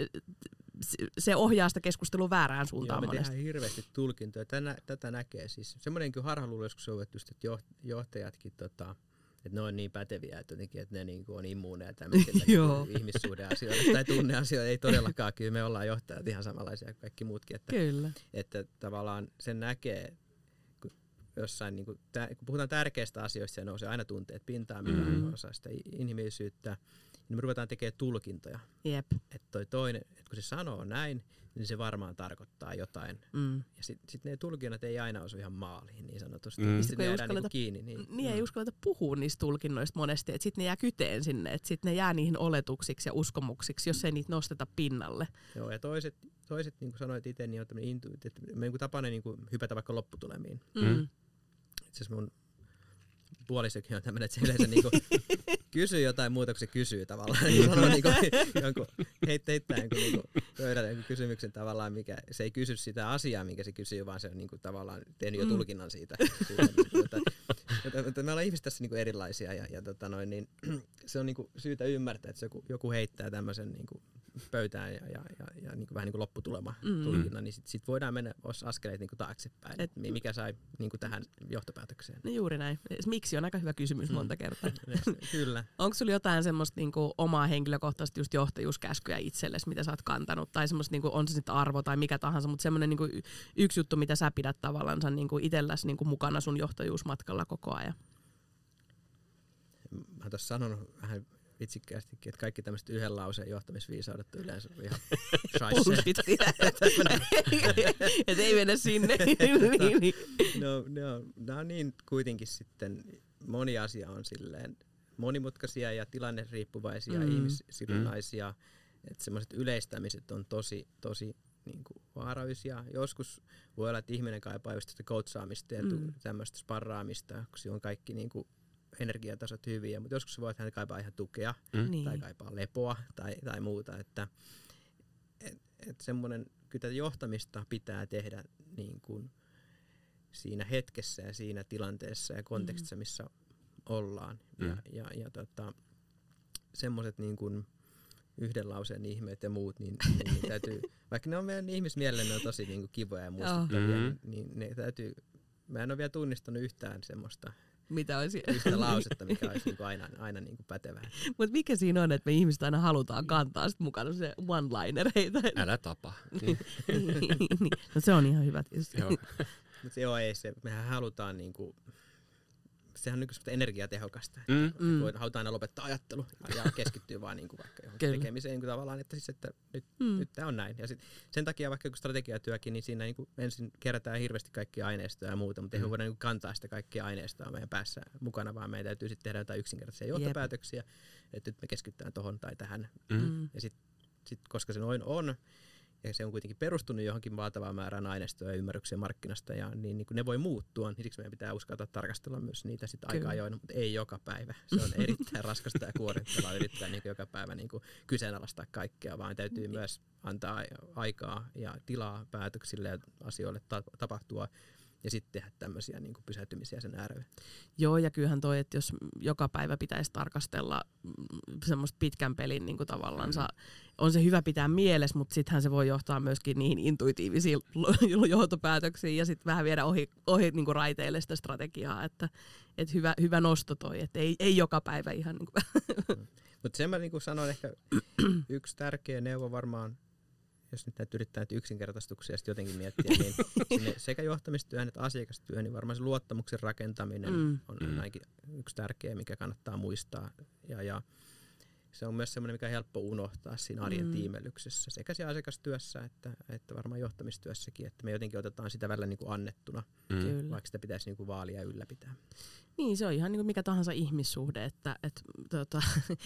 se ohjaa sitä keskustelua väärään suuntaan. Joo, me tehdään hirveästi tulkintoja. Tänä, tätä näkee siis. Semmoinen kyllä harhaluulo joskus on ovettu, että johtajatkin, tota, että ne on niin päteviä, että, jotenkin, että ne niinku on immuuneja tämmöisillä ihmissuhdeasioilla tai tunneasioilla. Ei todellakaan, kyllä me ollaan johtajat ihan samanlaisia kuin kaikki muutkin. Että, kyllä. Että tavallaan sen näkee, kun, jossain, niin kuin, kun puhutaan tärkeistä asioista, se nousee aina tunteet pintaan, mikä mm-hmm. on osa sitä inhimillisyyttä. Niin me ruvetaan tekemään tulkintoja. Jep. Että toi toinen, että kun se sanoo näin, niin se varmaan tarkoittaa jotain. Mm. Ja sitten sit ne tulkinnat ei aina osu ihan maaliin niin sanotusti. Mm. Sitten ne jäädään niinku kiinni. Niin, niin mm. ei uskalleta puhua niistä tulkinnoista monesti, että sitten ne jää kyteen sinne, että sitten ne jää niihin oletuksiksi ja uskomuksiksi, jos ei niitä nosteta pinnalle. Joo, ja toiset, toiset niin kuin sanoit itse, niin on tämmöinen intuitio, että me niin tapainen niin hypätä vaikka lopputulemiin. Mm. Itse asiassa mun puolisokin on tämmöinen, että se yleensä niinku kysyy jotain muuta, kun se kysyy tavallaan. Niin sanoo niinku jonkun heit, heittää jonkun niinku pöydälle jonkun kysymyksen tavallaan, mikä se ei kysy sitä asiaa, minkä se kysyy, vaan se on niinku tavallaan tehnyt jo tulkinnan siitä. siitä mutta, mutta, mutta me ollaan ihmiset tässä niinku erilaisia ja, ja tota noin, niin, se on niinku syytä ymmärtää, että se joku, joku heittää tämmöisen niinku pöytään ja, ja, ja, ja niin kuin vähän niin kuin lopputulema mm. tulkinnan, niin sitten sit voidaan mennä askeleet niin kuin taaksepäin, et, mikä sai niin kuin tähän johtopäätökseen. No juuri näin. Miksi on aika hyvä kysymys mm. monta kertaa. Kyllä. Onko sulla jotain semmoista niin kuin omaa henkilökohtaisesti just johtajuuskäskyä itsellesi, mitä sä oot kantanut, tai semmoista, niin kuin, on se sitten arvo tai mikä tahansa, mutta semmoinen niin kuin yksi juttu, mitä sä pidät tavallaan niin kuin itselläsi niin kuin mukana sun johtajuusmatkalla koko ajan? Mä oon tuossa sanonut vähän vitsikkäästikin, että kaikki tämmöiset yhden lauseen johtamisviisaudet on yleensä ihan shaisee. Että ei mennä sinne. no, no, nämä on niin kuitenkin sitten, moni asia on silleen monimutkaisia ja tilanneriippuvaisia, mm. ihmissidonnaisia, mm. että semmoiset yleistämiset on tosi, tosi niin kuin vaarallisia. Joskus voi olla, että ihminen kaipaa just sitä coachaamista ja mm. tämmöistä sparraamista, kun se on kaikki niin kuin energiatasot hyviä, mutta joskus voi, että hän kaipaa ihan tukea mm. tai kaipaa lepoa tai, tai muuta. Että, et, et semmoinen, kyllä tätä johtamista pitää tehdä niin kuin siinä hetkessä ja siinä tilanteessa ja kontekstissa, missä ollaan. Mm. Ja, ja, ja tota, semmoiset niin kuin yhden lauseen ihmeet ja muut, niin, niin, niin täytyy, vaikka ne on meidän ihmismielelle, ne on tosi niin kuin kivoja ja muistuttavia, mm-hmm. niin ne täytyy, mä en ole vielä tunnistanut yhtään semmoista mitä olisi? Yhtä lausetta, mikä olisi niinku aina, aina niinku pätevää. Mutta mikä siinä on, että me ihmiset aina halutaan kantaa sit mukana se one-linereita? Älä tapa. Niin. No se on ihan hyvä tietysti. Joo. Mutta joo, ei se, mehän halutaan niinku sehän on niin kuin energiatehokasta. Mm. Että Mm. voidaan halutaan aina lopettaa ajattelu ja, ja keskittyy vaan niin kuin vaikka johonkin Kyllä. tekemiseen niin kuin tavallaan, että, siis, että nyt, Mm. nyt tämä on näin. Ja sit, sen takia vaikka joku strategiatyökin, niin siinä niin kuin ensin kerätään hirveästi kaikkia aineistoa ja muuta, mutta mm. ei voida niin kuin kantaa sitä kaikkia aineistoa meidän päässä mukana, vaan meidän täytyy sitten tehdä jotain yksinkertaisia johtopäätöksiä, että nyt me keskitytään tohon tai tähän. Mm. Ja sitten sit, koska se noin on, ja se on kuitenkin perustunut johonkin valtavaan määrään aineistoa ja ymmärryksiä markkinasta, ja niin, niin kuin ne voi muuttua, niin siksi meidän pitää uskaltaa tarkastella myös niitä sit aika ajoin, mutta ei joka päivä. Se on erittäin raskasta ja kuorittavaa yrittää niin joka päivä niin kuin kyseenalaistaa kaikkea, vaan täytyy myös antaa aikaa ja tilaa päätöksille ja asioille ta- tapahtua, ja sitten tehdä tämmöisiä niin kuin pysäytymisiä sen äärelle. Joo, ja kyllähän toi, että jos joka päivä pitäisi tarkastella semmoista pitkän pelin niin kuin tavallansa, mm. on se hyvä pitää mielessä, mutta sittenhän se voi johtaa myöskin niihin intuitiivisiin johtopäätöksiin ja sitten vähän viedä ohi, ohi niin kuin raiteille sitä strategiaa, että, että hyvä, hyvä nosto toi, että ei, ei joka päivä ihan niin kuin. Mm. Mutta sen mä niin kuin sanoin, ehkä yksi tärkeä neuvo varmaan, jos nyt näitä yrittää näitä yksinkertaistuksia jotenkin miettiä, niin sinne sekä johtamistyöhön että asiakastyöhön, niin varmaan se luottamuksen rakentaminen mm. on Mm. ainakin yksi tärkeä, mikä kannattaa muistaa. Ja, ja se on myös semmoinen, mikä on helppo unohtaa siinä arjen mm. tiimellyksessä, sekä siinä asiakastyössä että, että varmaan johtamistyössäkin, että me jotenkin otetaan sitä välillä niin kuin annettuna, Mm. vaikka sitä pitäisi niin kuin vaalia ja ylläpitää. Niin, se on ihan niin kuin mikä tahansa ihmissuhde, että et, tota,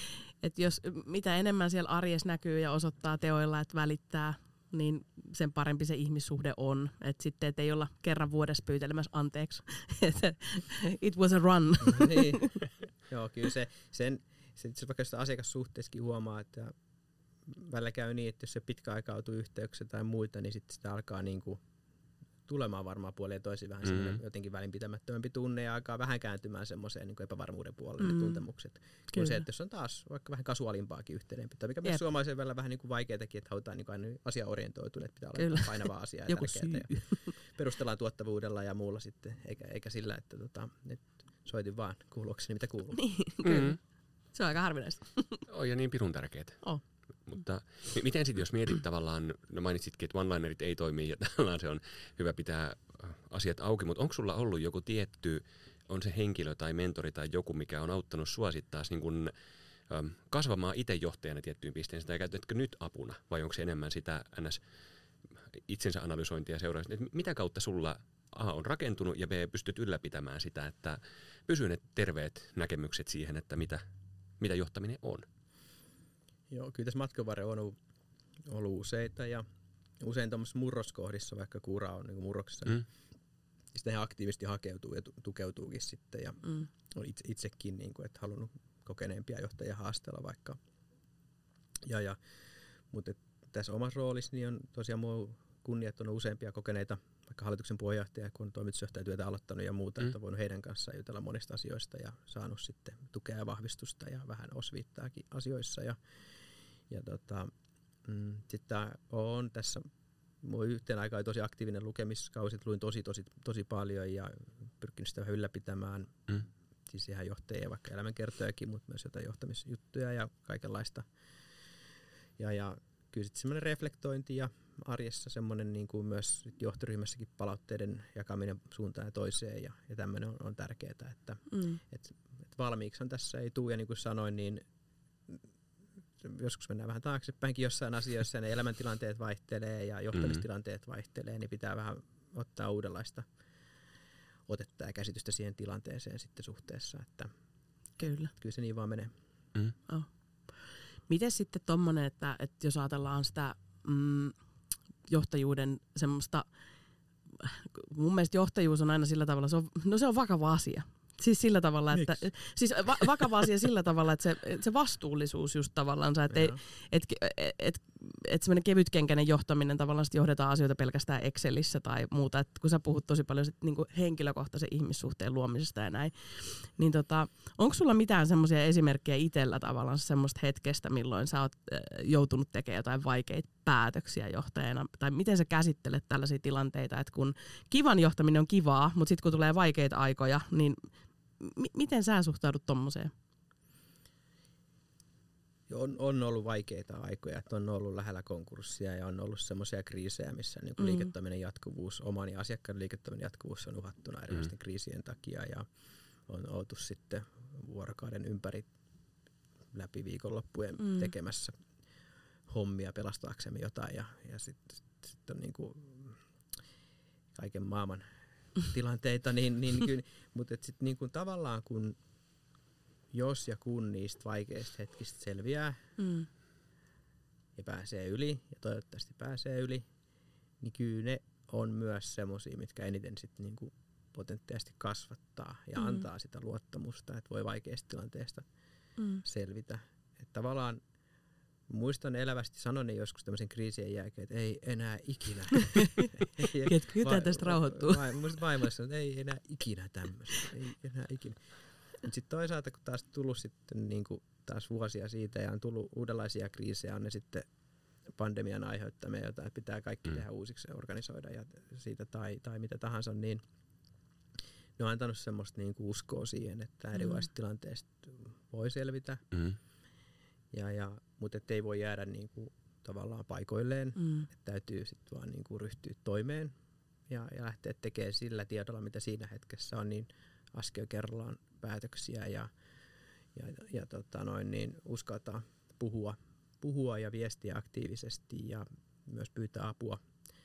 et jos mitä enemmän siellä arjessa näkyy ja osoittaa teoilla, että välittää, niin sen parempi se ihmissuhde on. Että sitten et ei olla kerran vuodessa pyytelemässä anteeksi, että it was a run. Niin. Joo, kyllä se, sen, se, se vaikka sitä asiakassuhteessakin huomaa, että välillä käy niin, että jos se pitkä aikautuu yhteyksiä tai muita, niin sitten sitä alkaa niinku tulemaan varmaan puolin ja toisin vähän mm. jotenkin välinpitämättömämpi tunne ja alkaa vähän kääntymään semmoiseen niin epävarmuuden puolelle mm. ne tuntemukset. Kun se, että jos on taas vaikka vähän kasuaalimpaakin yhteydenpitoa, mikä myös suomalaisen välillä vähän niin kuin vaikeatakin, että halutaan niin aina asiaorientoituneet, pitää olla Kyllä. painavaa asiaa ja tärkeää. Ja perustellaan tuottavuudella ja muulla sitten, eikä, eikä sillä, että tota, et soitin vaan kuuluakseni mitä kuuluu. Niin, kyllä. Mm. Se on aika harvinaista. On ja niin pirun tärkeitä. Oh. Mutta miten sitten, jos mietit tavallaan, no mainitsitkin, että one-linerit ei toimi ja tavallaan se on hyvä pitää asiat auki, mutta onko sulla ollut joku tietty, on se henkilö tai mentori tai joku, mikä on auttanut sua sitten taas niin kun, äm, kasvamaan itse johtajana tiettyyn pisteeseen, tai käytätkö nyt apuna, vai onko se enemmän sitä ns. Itsensä analysointia ja seuraamista, että mitä kautta sulla A on rakentunut ja B pystyt ylläpitämään sitä, että pysyy ne terveet näkemykset siihen, että mitä, mitä johtaminen on? Joo, kyllä tässä matkan varrella on ollut, ollut useita ja usein tuommoisissa murroskohdissa, vaikka kura on niin murroksessa, mm. sitten he aktiivisesti hakeutuu ja tukeutuukin sitten ja mm. on itse, itsekin niin kuin, että halunnut kokeneempia johtajia haastella vaikka. Ja, ja, mutta tässä omassa roolissa niin on tosiaan mua kunnia, että on useampia kokeneita, vaikka hallituksen puheenjohtaja, kun on toimitusjohtajatyötä aloittanut ja muuta, mm. että on voinut heidän kanssaan jutella monista asioista ja saanut sitten tukea ja vahvistusta ja vähän osviittaakin asioissa. Ja, ja tota, mm, sitten on tässä, mun yhteen aikaan oli tosi aktiivinen lukemiskausi, luin tosi, tosi, tosi paljon ja pyrkinyt sitä vähän ylläpitämään. Mm. Siis ihan johtajia, vaikka elämänkertojakin, mutta myös jotain johtamisjuttuja ja kaikenlaista. Ja, ja kyllä sitten semmoinen reflektointi ja arjessa semmoinen niin kuin myös johtoryhmässäkin palautteiden jakaminen suuntaan ja toiseen ja, ja tämmöinen on, on tärkeää, että mm. et, et valmiiksihan tässä ei tule ja niin kuin sanoin, niin joskus mennään vähän taaksepäinkin jossain asioissa ja ne elämäntilanteet vaihtelee ja johtamistilanteet vaihtelee, niin pitää vähän ottaa uudenlaista otetta ja käsitystä siihen tilanteeseen sitten suhteessa, että kyllä, kyllä se niin vaan menee. Mm. Oh. Miten sitten tommonen, että, että jos ajatellaan sitä mm, johtajuuden semmoista, mun mielestä johtajuus on aina sillä tavalla, se on, no se on vakava asia. Siis sillä tavalla, että, Miks? siis va- vakava asia sillä tavalla, että se, se vastuullisuus just tavallaan, että ei, et, et, et, et semmoinen kevytkenkäinen johtaminen tavallaan johdetaan asioita pelkästään Excelissä tai muuta, että kun sä puhut tosi paljon sit niinku henkilökohtaisen ihmissuhteen luomisesta ja näin, niin tota, onko sulla mitään semmoisia esimerkkejä itsellä tavallaan semmoista hetkestä, milloin sä oot äh, joutunut tekemään jotain vaikeita päätöksiä johtajana, tai miten sä käsittelet tällaisia tilanteita, että kun kivan johtaminen on kivaa, mutta sitten kun tulee vaikeita aikoja, niin m- miten sä suhtaudut tommoseen? On, on ollut vaikeita aikoja, että on ollut lähellä konkurssia ja on ollut semmoisia kriisejä, missä niin kuin mm. liiketoiminnan jatkuvuus, oman ja asiakkaan liiketoiminnan jatkuvuus on uhattuna erilaisten mm. kriisien takia. Ja, on oltu sitten vuorokauden ympäri läpi viikonloppujen mm. tekemässä hommia pelastaaksemme jotain ja, ja sitten sit on niinku kaiken maailman tilanteita, niin, niin kyllä, mutta sitten niinku tavallaan kun jos ja kun niistä vaikeista hetkistä selviää mm. ja pääsee yli ja toivottavasti pääsee yli, niin kyllä ne on myös semmosia, mitkä eniten sitten niinku potentiaalisesti kasvattaa ja mm. antaa sitä luottamusta, että voi vaikeista tilanteista mm. selvitä. Että tavallaan muistan elävästi sanoneen joskus tämmöisen kriisien jälkeen, että ei enää ikinä. Ketkä tästä rauhoittuu? Muistan vaimoissa, että ei enää ikinä tämmöistä. Ei enää ikinä. Mutta sitten toisaalta, kun taas tullut sitten niinku taas vuosia siitä ja on tullut uudenlaisia kriisejä, on ne sitten pandemian aiheuttamia jotain, että pitää kaikki mm. tehdä uusiksi ja organisoida ja siitä tai, tai mitä tahansa, niin ne on antanut semmoista niinku uskoa siihen, että erilaisista mm. tilanteista voi selvitä. Mm. Ja, ja, mutta ei voi jäädä niinku tavallaan paikoilleen, mm. että täytyy sitten vaan niinku ryhtyä toimeen ja, ja lähteä tekemään sillä tiedolla, mitä siinä hetkessä on, niin askel kerrallaan päätöksiä ja, ja, ja tota noin, niin uskaltaa puhua, puhua ja viestiä aktiivisesti ja myös pyytää apua,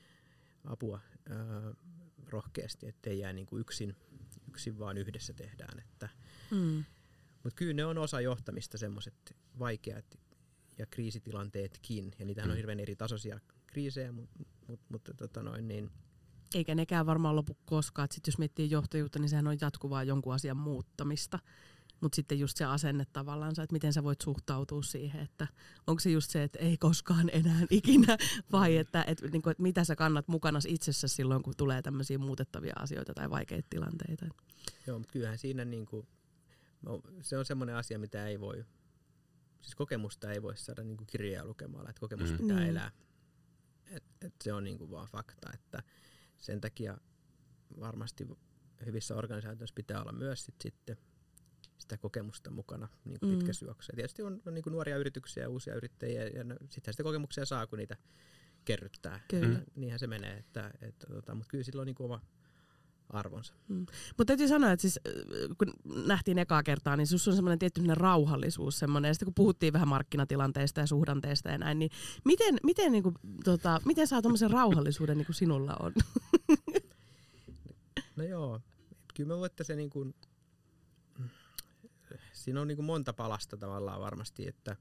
apua ää, rohkeasti, ettei jää niinku yksin, yksin vaan yhdessä tehdään. Että, mm. Mutta kyllä ne on osa johtamista, semmoiset vaikeat ja kriisitilanteetkin, ja niitähän mm. on hirveän eri tasoisia kriisejä, mutta mut, mut, tota noin, niin eikä nekään varmaan lopu koskaan. Sit jos miettii johtajuutta, niin sehän on jatkuvaa jonkun asian muuttamista. Mutta sitten just se asenne tavallaan, että miten sä voit suhtautua siihen, että onko se just se, että ei koskaan enää ikinä, vai että et, niinku, et mitä sä kannat mukana itsessä silloin, kun tulee tämmöisiä muutettavia asioita tai vaikeita tilanteita. Joo, mutta kyllähän siinä niinku, no, se on semmoinen asia, mitä ei voi, siis kokemusta ei voi saada niinku kirjaa lukemalla, että kokemus mm. pitää mm. elää. Et, et se on niinku vaan fakta, että sen takia varmasti hyvissä organisaatioissa pitää olla myös sit sitten sitä kokemusta mukana niin kuin mm. pitkässä juoksussa. Tietysti on, on niin kuin nuoria yrityksiä ja uusia yrittäjiä, ja no, sittenhän sitä kokemuksia saa, kun niitä kerryttää. Että, niinhän se menee, että, että, tota, mutta kyllä sillä on niin kuin oma arvonsa. Mm. Mutta täytyy sanoa, että siis, kun nähtiin ekaa kertaa, niin sinussa on semmoinen tietty rauhallisuus. Semmoinen. Ja sitten kun puhuttiin vähän markkinatilanteesta ja suhdanteesta ja näin, niin miten, miten, niin kuin, tota, miten saa tommoisen rauhallisuuden niin kuin sinulla on? No joo, kyllä mä voin, että se niin kuin, siinä on niin kuin monta palasta tavallaan varmasti, että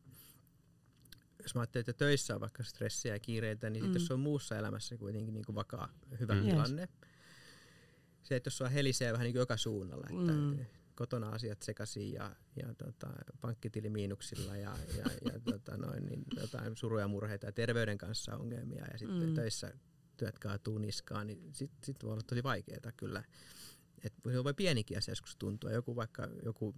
jos mä ajattelen, että töissä on vaikka stressiä ja kiireitä, niin mm. sitten jos on muussa elämässä kuitenkin niin kuin vakaa, hyvä mm. tilanne. Yes. Se, että jos sua helisee vähän niin kuin joka suunnalla, että mm. kotona asiat sekaisin ja, ja tota, pankkitili miinuksilla ja, ja, ja tota noin, niin jotain suruja murheita ja terveyden kanssa ongelmia ja sitten mm. töissä työt kaatuu niskaan, niin sitten sit voi olla tosi vaikeaa kyllä. Et se voi pienikin asia joskus tuntua. Joku vaikka joku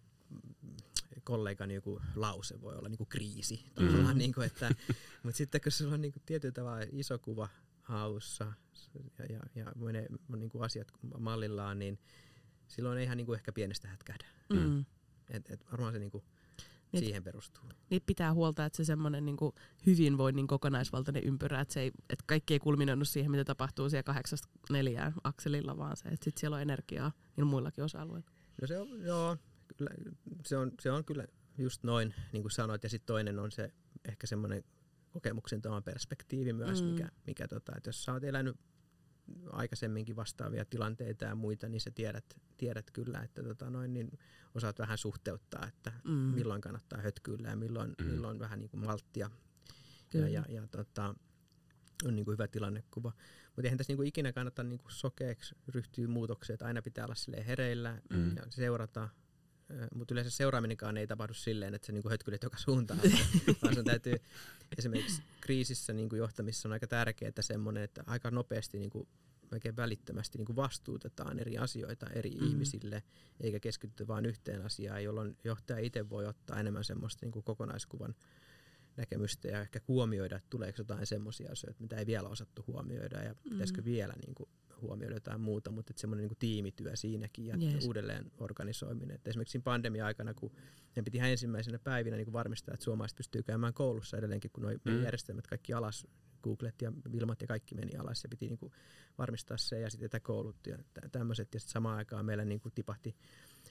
kollegani joku lause voi olla niinku kriisi. Mm. Niinku, että, mutta sitten kun sulla on niinku tietyllä tavalla iso kuva haussa ja, ja, ja menee niinku asiat mallillaan, niin silloin ei ihan niinku ehkä pienestä hätkähdä. Mm. Et, et varmaan se niinku Niin, siihen perustuu. Niin pitää huolta, että se semmoinen niinku hyvinvoinnin kokonaisvaltainen ympyrä, että, se ei, että kaikki ei kulminoinut siihen, mitä tapahtuu siellä kahdeksasta neljään akselilla, vaan se, että sit siellä on energiaa niin muillakin osa-alueilla. No se on, joo, kyllä, se, on, se on kyllä just noin, niin kuin sanoit, ja sitten toinen on se ehkä semmoinen kokemuksen tuoma perspektiivi myös, mm. mikä, mikä tota, että jos sä oot elänyt aikaisemminkin vastaavia tilanteita ja muita, niin sä tiedät, tiedät kyllä, että tota noin, niin osaat vähän suhteuttaa, että mm. milloin kannattaa hötkyillä ja milloin, mm. milloin vähän niin kuin malttia. Kyllä. Ja, ja, ja tota, on niin kuin hyvä tilannekuva. Mutta eihän tässä niin kuin ikinä kannata niin kuin sokeeksi ryhtyä muutokseen, että aina pitää olla hereillä mm. ja seurata. Mutta yleensä seuraaminenkaan ei tapahdu silleen, että se niinku hötkylet joka suuntaan, vaan sen täytyy esimerkiksi kriisissä niinku johtamisessa on aika tärkeää semmoinen, että aika nopeasti niinku, oikein välittömästi niinku vastuutetaan eri asioita eri mm. ihmisille, eikä keskitytä vain yhteen asiaan, jolloin johtaja itse voi ottaa enemmän semmoista niinku kokonaiskuvan näkemystä ja ehkä huomioida, että tuleeko jotain semmoisia asioita, mitä ei vielä osattu huomioida ja mm. pitäisikö vielä niinku huomioida jotain muuta, mutta semmoinen niinku tiimityö siinäkin ja yes. uudelleen organisoiminen. Et esimerkiksi siinä pandemia-aikana, kun ne piti ihan ensimmäisenä päivinä niinku varmistaa, että suomalaiset pystyy käymään koulussa edelleenkin, kun nuo mm. järjestelmät kaikki alas, Googlet ja Wilmat ja kaikki meni alas ja piti niinku varmistaa se ja sitten etäkoulut ja tämmöiset. Ja sitten samaan aikaan meillä niinku tipahti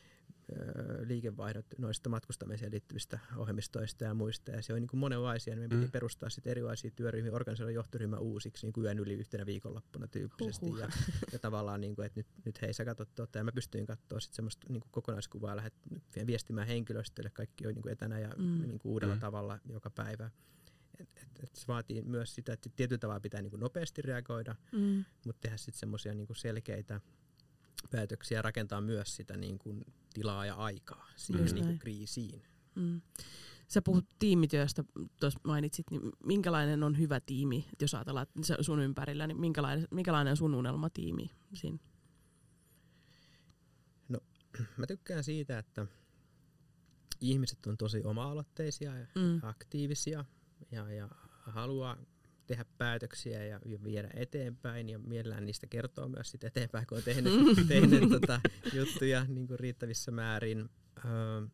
liikevaihdot noista matkustamiseen liittyvistä ohjelmistoista ja muista. Ja se on niin kuin monenlaisia. Niin meidän piti mm. perustaa sitten erilaisia työryhmiä, organisoida johtoryhmä uusiksi niin kuin yön yli yhtenä viikonloppuna tyyppisesti. Ja, ja tavallaan, niin kuin, että nyt, nyt hei sä katsot tuota. Ja mä pystyin katsoa sitten semmoista niin kuin kokonaiskuvaa, lähdet viestimään henkilöstölle. Kaikki on niin kuin etänä ja mm. niin kuin uudella mm. tavalla joka päivä. Et, et, et se vaatii myös sitä, että tietyllä tavalla pitää niin kuin nopeasti reagoida, mm. mutta tehdä sitten semmoisia niin kuin selkeitä päätöksiä, rakentaa myös sitä niin kuin tilaa ja aikaa siihen niin kuin kriisiin. Mm. Sä puhut tiimityöstä, tuossa mainitsit, niin minkälainen on hyvä tiimi, jos ajatellaan sun ympärillä, niin minkälainen, minkälainen on sun unelmatiimi siinä? No, mä tykkään siitä, että ihmiset on tosi oma-aloitteisia ja mm. aktiivisia ja, ja haluaa tehdä päätöksiä ja, ja viedä eteenpäin ja mielellään niistä kertoo myös sit eteenpäin, kun on tehnyt, tehnyt tota, juttuja niin kuin riittävissä määrin. Öö,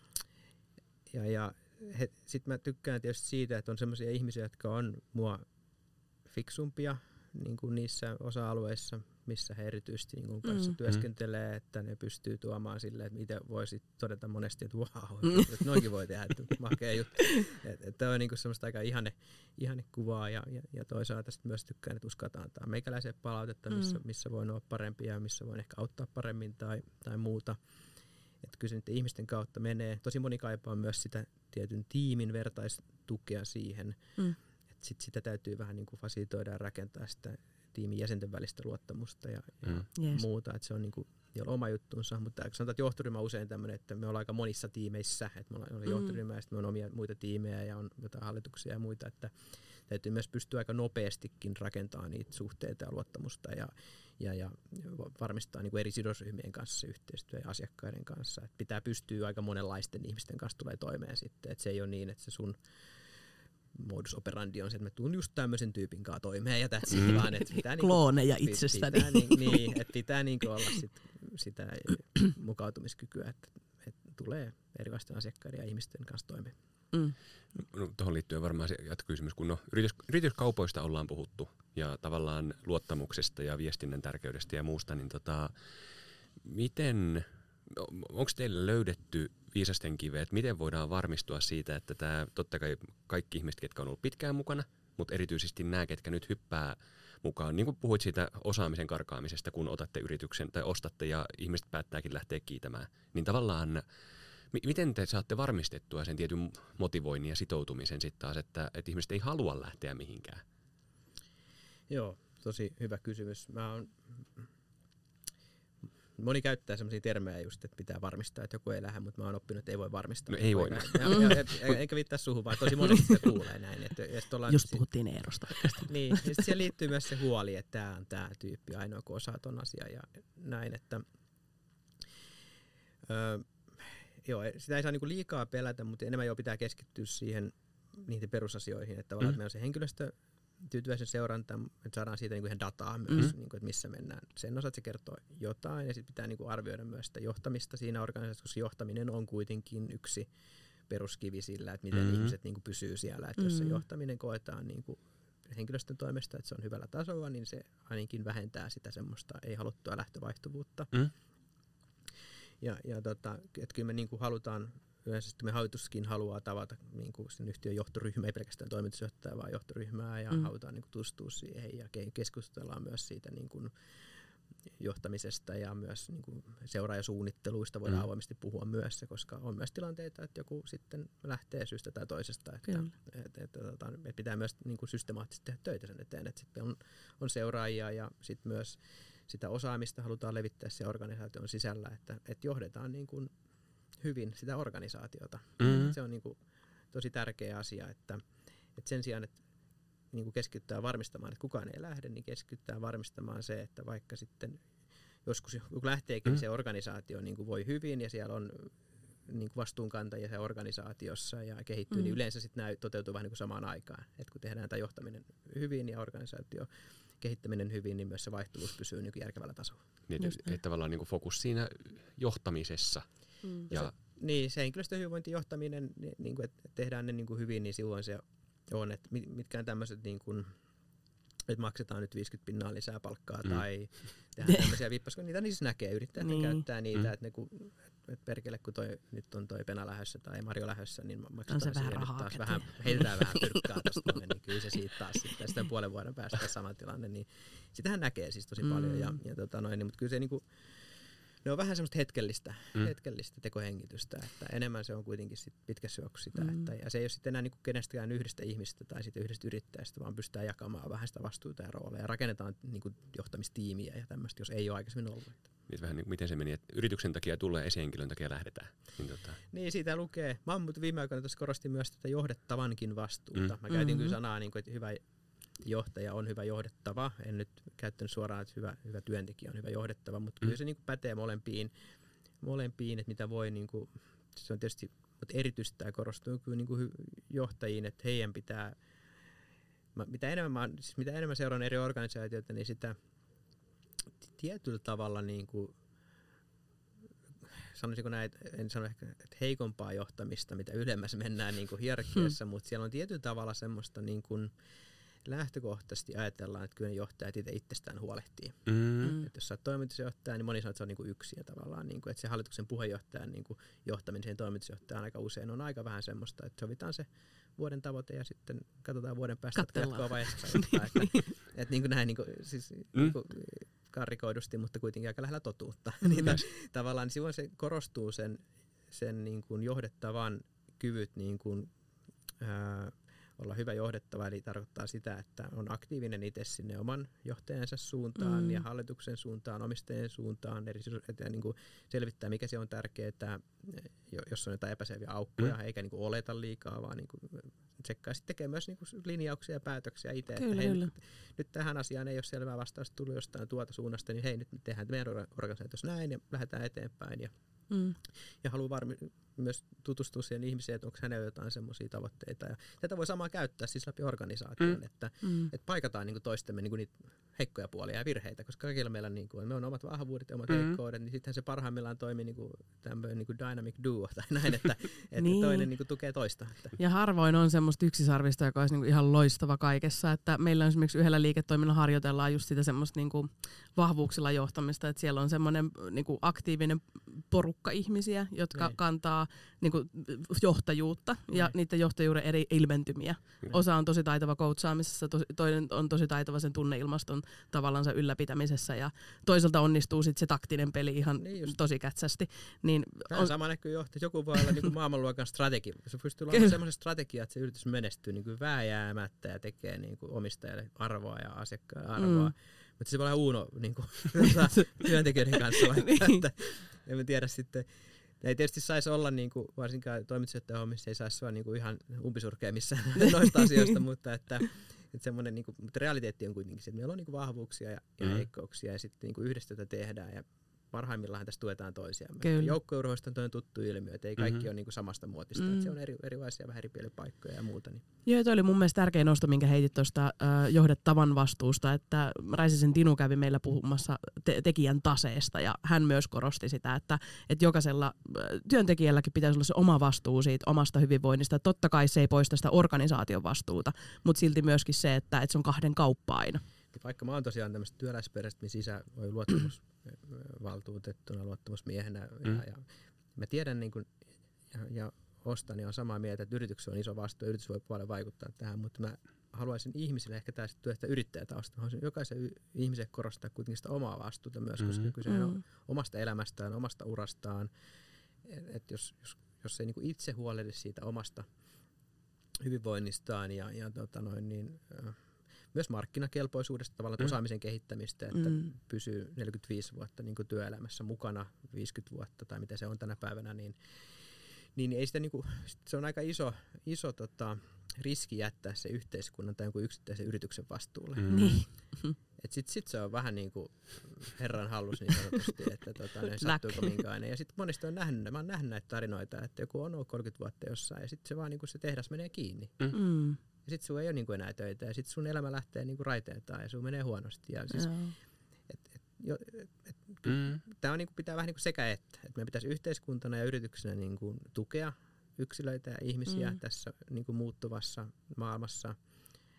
ja ja sitten mä tykkään tietysti siitä, että on sellaisia ihmisiä, jotka on mua fiksumpia niin kuin niissä osa-alueissa, missä he erityisesti niin kuin kanssa mm. työskentelee, että ne pystyy tuomaan silleen, että itse voisi todeta monesti, että vau, mm. että noinkin voi tehdä, että makea juttu. Tämä on niin kuin semmoista aika ihane, ihane kuvaa ja, ja, ja toisaalta sitten myös tykkään, että uskataan antaa meikäläiseen palautetta, missä, missä voin olla parempia ja missä voin ehkä auttaa paremmin tai, tai muuta. Että kyllä se nyt ihmisten kautta menee. Tosi moni kaipaa myös sitä tietyn tiimin vertaistukea siihen, mm. että sit sitä täytyy vähän niin kuin fasilitoida ja rakentaa sitä tiimin jäsenten välistä luottamusta ja, ja mm. yes. muuta, että se on niinku oma juttuunsa, mutta sanotaan, että johtoryhmä on usein tämmöinen, että me ollaan aika monissa tiimeissä, että me ollaan mm. johtoryhmä ja sitten me on omia muita tiimejä ja on jotain hallituksia ja muita, että täytyy myös pystyä aika nopeastikin rakentamaan niitä suhteita ja luottamusta ja, ja, ja varmistaa niinku eri sidosryhmien kanssa se yhteistyö ja asiakkaiden kanssa, että pitää pystyä aika monenlaisten ihmisten kanssa tulee toimeen sitten, että se ei ole niin, että se sun modus operandi on se, että mä tuun just tämmöisen tyypin kanssa toimeen ja that's mm. vaan, että pitää klooneja niinku, itsestäni. Pitää, niin, niin, että pitää niinku olla sit sitä mukautumiskykyä, että, että tulee erilaisten asiakkaiden ja ihmisten kanssa toimeen. Mm. No, tuohon liittyen varmaan se jatkokysymys, kun no, yritys, yrityskaupoista ollaan puhuttu ja tavallaan luottamuksesta ja viestinnän tärkeydestä ja muusta, niin tota, miten, onko teille löydetty viisasten kiveä, että miten voidaan varmistua siitä, että tämä, totta kai kaikki ihmiset, ketkä on ollut pitkään mukana, mutta erityisesti nämä, ketkä nyt hyppää mukaan, niin kuin puhuit siitä osaamisen karkaamisesta, kun otatte yrityksen tai ostatte ja ihmiset päättääkin lähteä kiitämään, niin tavallaan m- miten te saatte varmistettua sen tietyn motivoinnin ja sitoutumisen sitten taas, että, että ihmiset ei halua lähteä mihinkään? Joo, tosi hyvä kysymys. Mä oon Moni käyttää sellaisia termejä just, että pitää varmistaa, että joku ei lähde, mutta mä oon oppinut, että ei voi varmistaa. No ei voi. Eikä viittaa suhun, vaan tosi monesti sitä kuulee näin. Että, ja just puhuttiin Eerosta. Niin, ja sitten siellä liittyy myös se huoli, että tämä on tämä tyyppi ainoa, kun osaa ton asian ja näin. Että, öö, joo, sitä ei saa niinku liikaa pelätä, mutta enemmän jo pitää keskittyä siihen niihin perusasioihin, että tavallaan mm. meillä on se henkilöstö, tyytyväisen seuranta, että saadaan siitä niinku ihan dataa myös, mm-hmm. niinku, että missä mennään. Sen osalta se kertoo jotain ja sitten pitää niinku arvioida myös sitä johtamista siinä organisaatiossa, koska johtaminen on kuitenkin yksi peruskivi sillä, että miten mm-hmm. ihmiset niinku pysyy siellä. Että mm-hmm. jos se johtaminen koetaan niinku henkilöstön toimesta, että se on hyvällä tasolla, niin se ainakin vähentää sitä semmoista ei-haluttua lähtövaihtuvuutta. Mm-hmm. Ja, ja tota, että kyllä me niinku halutaan yleensä me hallituskin haluaa tavata niin kuin sen yhtiön johtoryhmää, ei pelkästään toimitusjohtajaa, vaan johtoryhmää ja mm. halutaan niin kuin tutustua siihen ja keskustellaan myös siitä niin kuin johtamisesta ja myös niin kuin seuraajasuunnitteluista voidaan mm. avoimesti puhua myös, koska on myös tilanteita, että joku sitten lähtee syystä tai toisesta, että, että, että, että, että pitää myös niin kuin systemaattisesti tehdä töitä sen eteen, että sitten on, on seuraajia ja sitten myös sitä osaamista halutaan levittää se organisaation sisällä, että, että johdetaan niin kuin hyvin sitä organisaatiota. Mm-hmm. Se on niin kuin tosi tärkeä asia, että, että sen sijaan, että niin kuin keskitytään varmistamaan, että kukaan ei lähde, niin keskitytään varmistamaan se, että vaikka sitten joskus kun lähteekin mm-hmm. se organisaatio niin kuin voi hyvin ja siellä on niin kuin vastuunkantajia se organisaatiossa ja kehittyy, mm-hmm. niin yleensä sitten nämä toteutuu vähän niin kuin samaan aikaan. Et kun tehdään tämä johtaminen hyvin ja organisaatio kehittäminen hyvin, niin myös se vaihtuvuus pysyy niin kuin järkevällä tasolla. Niin, että tavallaan niin kuin fokus siinä johtamisessa. Mm. Ja se, niin, se henkilöstön hyvinvointijohtaminen, niin, niin kuin, että tehdään ne niin kuin hyvin, niin silloin se on, että mitkään tämmöiset, niin kuin, että maksetaan nyt viisikymmentä pinnaa lisää palkkaa mm. tai tehdään tämmöisiä vippaskoja, niitä niissä näkee, yrittäjät niin. käyttää niitä, mm. että ne, kun, et perkele kun toi, nyt on toi Pena lähdössä tai Marjo lähdössä, niin maksetaan se vähän siihen rahaa taas käteen. vähän, heitetään vähän pyrkkaa tosta noin, niin kyllä se siitä taas sitten sitten puolen vuoden päästä sama tilanne, niin sitähän näkee siis tosi mm. paljon ja, ja tota noin, niin, mutta kyllä se niinku, ne on vähän semmoista hetkellistä, mm. hetkellistä tekohengitystä, että enemmän se on kuitenkin sit pitkässä juoksussa sitä, mm. että ja se ei ole sitten enää niinku kenestäkään yhdestä ihmisestä tai sitten yhdestä yrittäjästä, vaan pystytään jakamaan vähän sitä vastuuta ja rooleja ja rakennetaan niinku johtamistiimiä ja tämmöistä, jos ei ole aikaisemmin ollut. Niin vähän niin kuin miten se meni, että yrityksen takia tulee, esihenkilön takia lähdetään. Niin, tota. niin siitä lukee. Mä oon viime aikoina tuossa korostin myös tätä johdettavankin vastuuta. Mm. Mä käytin mm-hmm. kyllä sanaa, niin kuin, että hyvä johtaja on hyvä johdettava. En nyt käyttänyt suoraan, että hyvä, hyvä työntekijä on hyvä johdettava, mutta mm. kyllä se niin kuin pätee molempiin, molempiin, että mitä voi, niin kuin, se on tietysti, mutta erityisesti tämä korostuu kyllä niin kuin johtajiin, että heidän pitää, mä, mitä, enemmän mä, siis mitä enemmän seuraan eri organisaatioita, niin sitä tietyllä tavalla niin kuin, sanoisinko näin, en sano ehkä että heikompaa johtamista, mitä ylemmäs mennään niin kuin hierarkiassa, hmm. mutta siellä on tietyllä tavalla semmoista niin kuin lähtökohtaisesti ajatellaan, että kyllä johtajat itse itsestään huolehtii. Mm. Että jos sä oot toimitusjohtaja, niin moni sanoo, että se on niin kuin yksi ja tavallaan, niin kuin, että se hallituksen puheenjohtajan niin kuin johtaminen siihen toimitusjohtajaan aika usein on aika vähän semmoista, että sovitaan se vuoden tavoite ja sitten katsotaan vuoden päästä, että jatkoa vaiheessa. että, että niin kuin näin niin kuin, siis, mm. niin kuin karrikoidusti, mutta kuitenkin aika lähellä totuutta. Mm. niin tavallaan silloin se korostuu sen, sen niin kuin johdettavan kyvyt niin kuin, ää, olla hyvä johdettava, eli tarkoittaa sitä, että on aktiivinen itse sinne oman johtajansa suuntaan mm. ja hallituksen suuntaan, omistajien suuntaan, eri, että niin kuin selvittää, mikä se on tärkeää, jos on jotain epäselviä aukkoja, mm. eikä niin kuin oleta liikaa, vaan niin kuin tsekkaa sitten tekee myös niin kuin linjauksia ja päätöksiä itse, että hei, nyt, nyt tähän asiaan ei ole selvää vastausta tullut jostain tuolta suunnasta, niin hei, nyt me tehdään meidän organisaatiossa näin ja lähdetään eteenpäin ja Mm. Ja haluaa varmi- myös tutustua siihen ihmiseen, että onko hänellä jotain semmoisia tavoitteita. Ja tätä voi samaa käyttää siis läpi organisaation, mm. että mm. et paikataan niinku toistemme niinku niitä heikkoja puolia ja virheitä, koska kaikilla meillä niinku, me on omat vahvuudet ja omat mm. heikkoudet, niin sittenhän se parhaimmillaan toimii niinku tämmöinen niinku dynamic duo tai näin, että, että niin. toinen niinku tukee toista. Että. Ja harvoin on semmoista yksisarvista, joka olisi niinku ihan loistava kaikessa, että meillä on esimerkiksi yhdellä liiketoiminnalla harjoitellaan just sitä semmoista niinku vahvuuksilla johtamista, että siellä on semmoinen niinku aktiivinen porukka ihmisiä, jotka Nein. kantaa niinku johtajuutta ja Nein. niiden johtajuuden eri ilmentymiä. Nein. Osa on tosi taitava coachaamisessa, tosi, toinen on tosi taitava sen tunneilmaston tavallansa ylläpitämisessä ja toisaalta onnistuu sit se taktinen peli ihan niin tosi kätsästi. Niin Tämä on sama näkyy johtaja. Joku voi olla niinku maailmanluokan strategi. Se pystyy olemaan semmoisen strategia, että se yritys menestyy niinku vääjäämättä ja tekee niinku omistajalle arvoa ja asiakkaan arvoa. Mm. Mutta se voi olla uuno niinku, työntekijöiden kanssa vaikka, että en mä tiedä sitten. Ei tietysti saisi olla, niinku, varsinkaan toimitusjohtajan hommissa ei saisi olla niinku ihan umpisurkea missään noista asioista, mutta että, että semmoinen, niinku, mutta realiteetti on kuitenkin se, että meillä on niinku vahvuuksia ja, ja mm. heikkouksia ja sitten niinku yhdessä tätä tehdään ja parhaimmillaan tässä tuetaan toisiamme. Joukkueurheilusta on toinen tuttu ilmiö, että ei kaikki mm-hmm. ole niinku samasta muotista, mm. että se on eri, erilaisia vähän eri pelipaikkoja ja muuta. Niin. Joo, toi oli mun mielestä tärkeä nosto, minkä heitit tuosta äh, johdettavan vastuusta, että Räisisen Tinu kävi meillä puhumassa te- tekijän taseesta ja hän myös korosti sitä, että, että jokaisella äh, työntekijälläkin pitäisi olla se oma vastuu siitä omasta hyvinvoinnista. Totta kai se ei poista sitä organisaation vastuuta, mutta silti myöskin se, että, että se on kahden kauppa aina. Vaikka mä oon tosiaan tämmöistä työläisperäistä, missä isä oli luottamusvaltuutettuna, luottamusmiehenä mm. ja, ja mä tiedän niin kun, ja, ja ostani on samaa mieltä, että yrityksessä on iso vastuu ja yritys voi paljon vaikuttaa tähän, mutta mä haluaisin ihmisille ehkä tässä työstä yrittäjätausta. Haluaisin jokaisen y- ihmisen korostaa kuitenkin sitä omaa vastuuta myös, mm. koska kyse on mm. omasta elämästään, omasta urastaan. Et, et jos, jos, jos ei niin kuin itse huolehdi siitä omasta hyvinvoinnistaan ja, ja tota noin, niin, äh, myös markkinakelpoisuudesta, tavallaan mm. osaamisen kehittämistä, että mm. pysyy neljäkymmentäviisi vuotta niin kuin työelämässä mukana, viisikymmentä vuotta tai mitä se on tänä päivänä, niin, niin ei sitä, niin kuin, se on aika iso, iso tota, riski jättää se yhteiskunnan tai jonkun yksittäisen yrityksen vastuulle. Mm. Sitten sit se on vähän niin kuin herran hallus niin sanotusti, että tota, ne sattuuko minkälainen. Ja sitten monesti on nähnyt, mä oon nähnyt näitä tarinoita, että joku on ollut kolmekymmentä vuotta jossain ja sitten se vaan niin kuin se tehdas menee kiinni. Mm. Ja sitten sun ei ole niinku enää töitä ja sitten sun elämä lähtee niinku raiteiltaan ja sun menee huonosti. Ja siis, et, et, jo, et, mm. Tämä on niinku, pitää vähän niinku sekä että. Et meidän pitäisi yhteiskuntana ja yrityksenä niinku tukea yksilöitä ja ihmisiä mm. tässä niinku muuttuvassa maailmassa.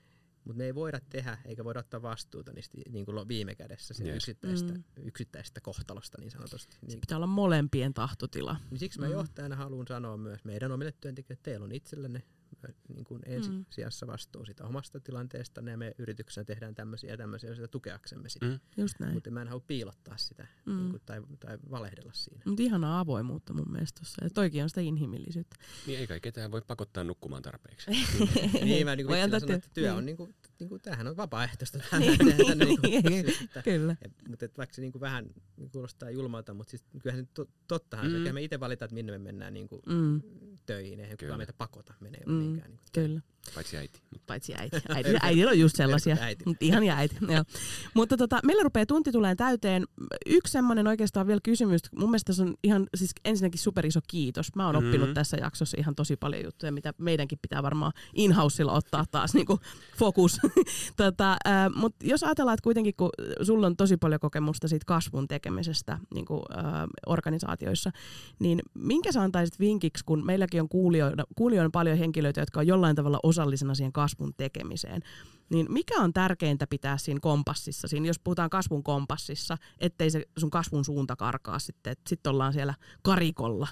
mutta me ei voida tehdä eikä voida ottaa vastuuta niistä niin kuin viime kädessä sen Yes. yksittäistä, Mm. yksittäistä kohtalosta niin sanotusti. Se Niin, pitää olla molempien tahtotila. niin siksi mä Mm. johtajana haluan sanoa myös meidän omille työntekijöille, että teillä on itsellenne niin kuin ensisijassa vastuu siitä omasta tilanteesta, ja me yrityksenä tehdään tämmöisiä ja tämmöisiä asioita tukeaksemme sitä. Mm. Just näin. Mutta mä en halua piilottaa sitä Mm. niin kuin, tai, tai valehdella siinä. Mutta ihanaa avoimuutta mun mielestä tossa. Ja toikin on sitä inhimillisyyttä. Niin ei kai ketään voi pakottaa nukkumaan tarpeeksi. niin mä niin Voi kuin antaa sanon, että työ- työ niin. on niin kuin, niin kuin, tämähän on vapaaehtoista. Niin, Tehdään tänne niin kuin niin, asioita. Kyllä. Ja, mutta et vaikka se niin kuin vähän kuulostaa julmalta, mutta siis kyllähän se to, tottahan mm. se, Mm. että me itse valitaan, että minne me mennään niin kuin Mm. töihin. Eihän Kyllä. kukaan meitä pakota menee Mm. mihinkään. Niin kuin Kyllä. Paitsi äiti. Paitsi äiti. äiti. Äidillä on just sellaisia. Terkut äiti. Mut ihan ja äiti. Joo. Mutta tota, meillä rupeaa tunti tulee täyteen. Yksi semmoinen oikeastaan vielä kysymys. Mun mielestä se on ihan siis ensinnäkin superiso kiitos. Mä oon Mm-hmm. oppinut tässä jaksossa ihan tosi paljon juttuja, mitä meidänkin pitää varmaan in-housella ottaa taas niinku fokus. tota, äh, Mutta jos ajatellaan, että kuitenkin kun sulla on tosi paljon kokemusta siitä kasvun tekemisestä niinku, äh, organisaatioissa, niin minkä sä antaisit vinkiksi, kun meilläkin on kuulijoina, kuulijoina paljon henkilöitä, jotka on jollain tavalla osallisena siihen kasvun tekemiseen, niin mikä on tärkeintä pitää siinä kompassissa, siinä, jos puhutaan kasvun kompassissa, ettei se sun kasvun suunta karkaa sitten, että sitten ollaan siellä karikolla.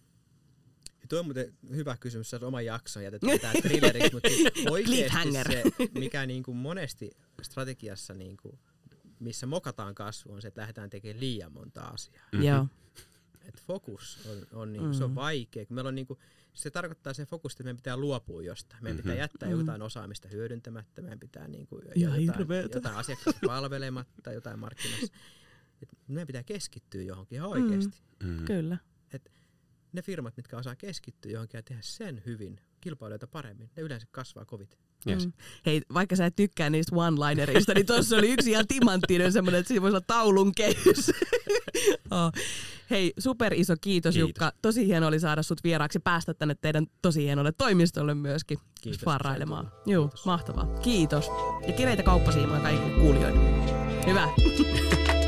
Ja tuo on muuten hyvä kysymys, se on oma jakso, jätetään tämä thrilleriksi, mutta siis oikeasti Cliffhanger. se, mikä niin kuin monesti strategiassa, niin kuin, missä mokataan kasvu, on se, että lähdetään tekemään liian monta asiaa. Mm-hmm. Joo. Et fokus on, on, niin kuin, se on Mm. vaikea, kun meillä on niin kuin, se tarkoittaa se fokus, että meidän pitää luopua jostain. Meidän pitää Mhm. jättää Mm. jotain osaamista hyödyntämättä, meidän pitää niin kuin, Ihan jotain, hirveetä. jotain asiakkaita palvelematta, jotain markkinassa. Et meidän pitää keskittyä johonkin ihan oikeasti. Mm. Kyllä. Ne firmat, mitkä osaa keskittyä johonkin ja tehdä sen hyvin, kilpailijoita paremmin, ne yleensä kasvaa kovit. Yes. Mm. Hei, vaikka sä et tykkää niistä one-linerista, niin tuossa oli yksi ihan timanttinen semmoinen, että siinä voisi olla taulun kehys. oh. Hei, super iso kiitos, Kiitos. Jukka. Tosi hieno oli saada sut vieraaksi, päästä tänne teidän tosi hienolle toimistolle myöskin Kiitos, sparrailemaan. sain tulla. Joo, Kiitos. mahtavaa. Kiitos. Ja kireitä kauppasiimoja kaikille kuulijoille. Hyvä.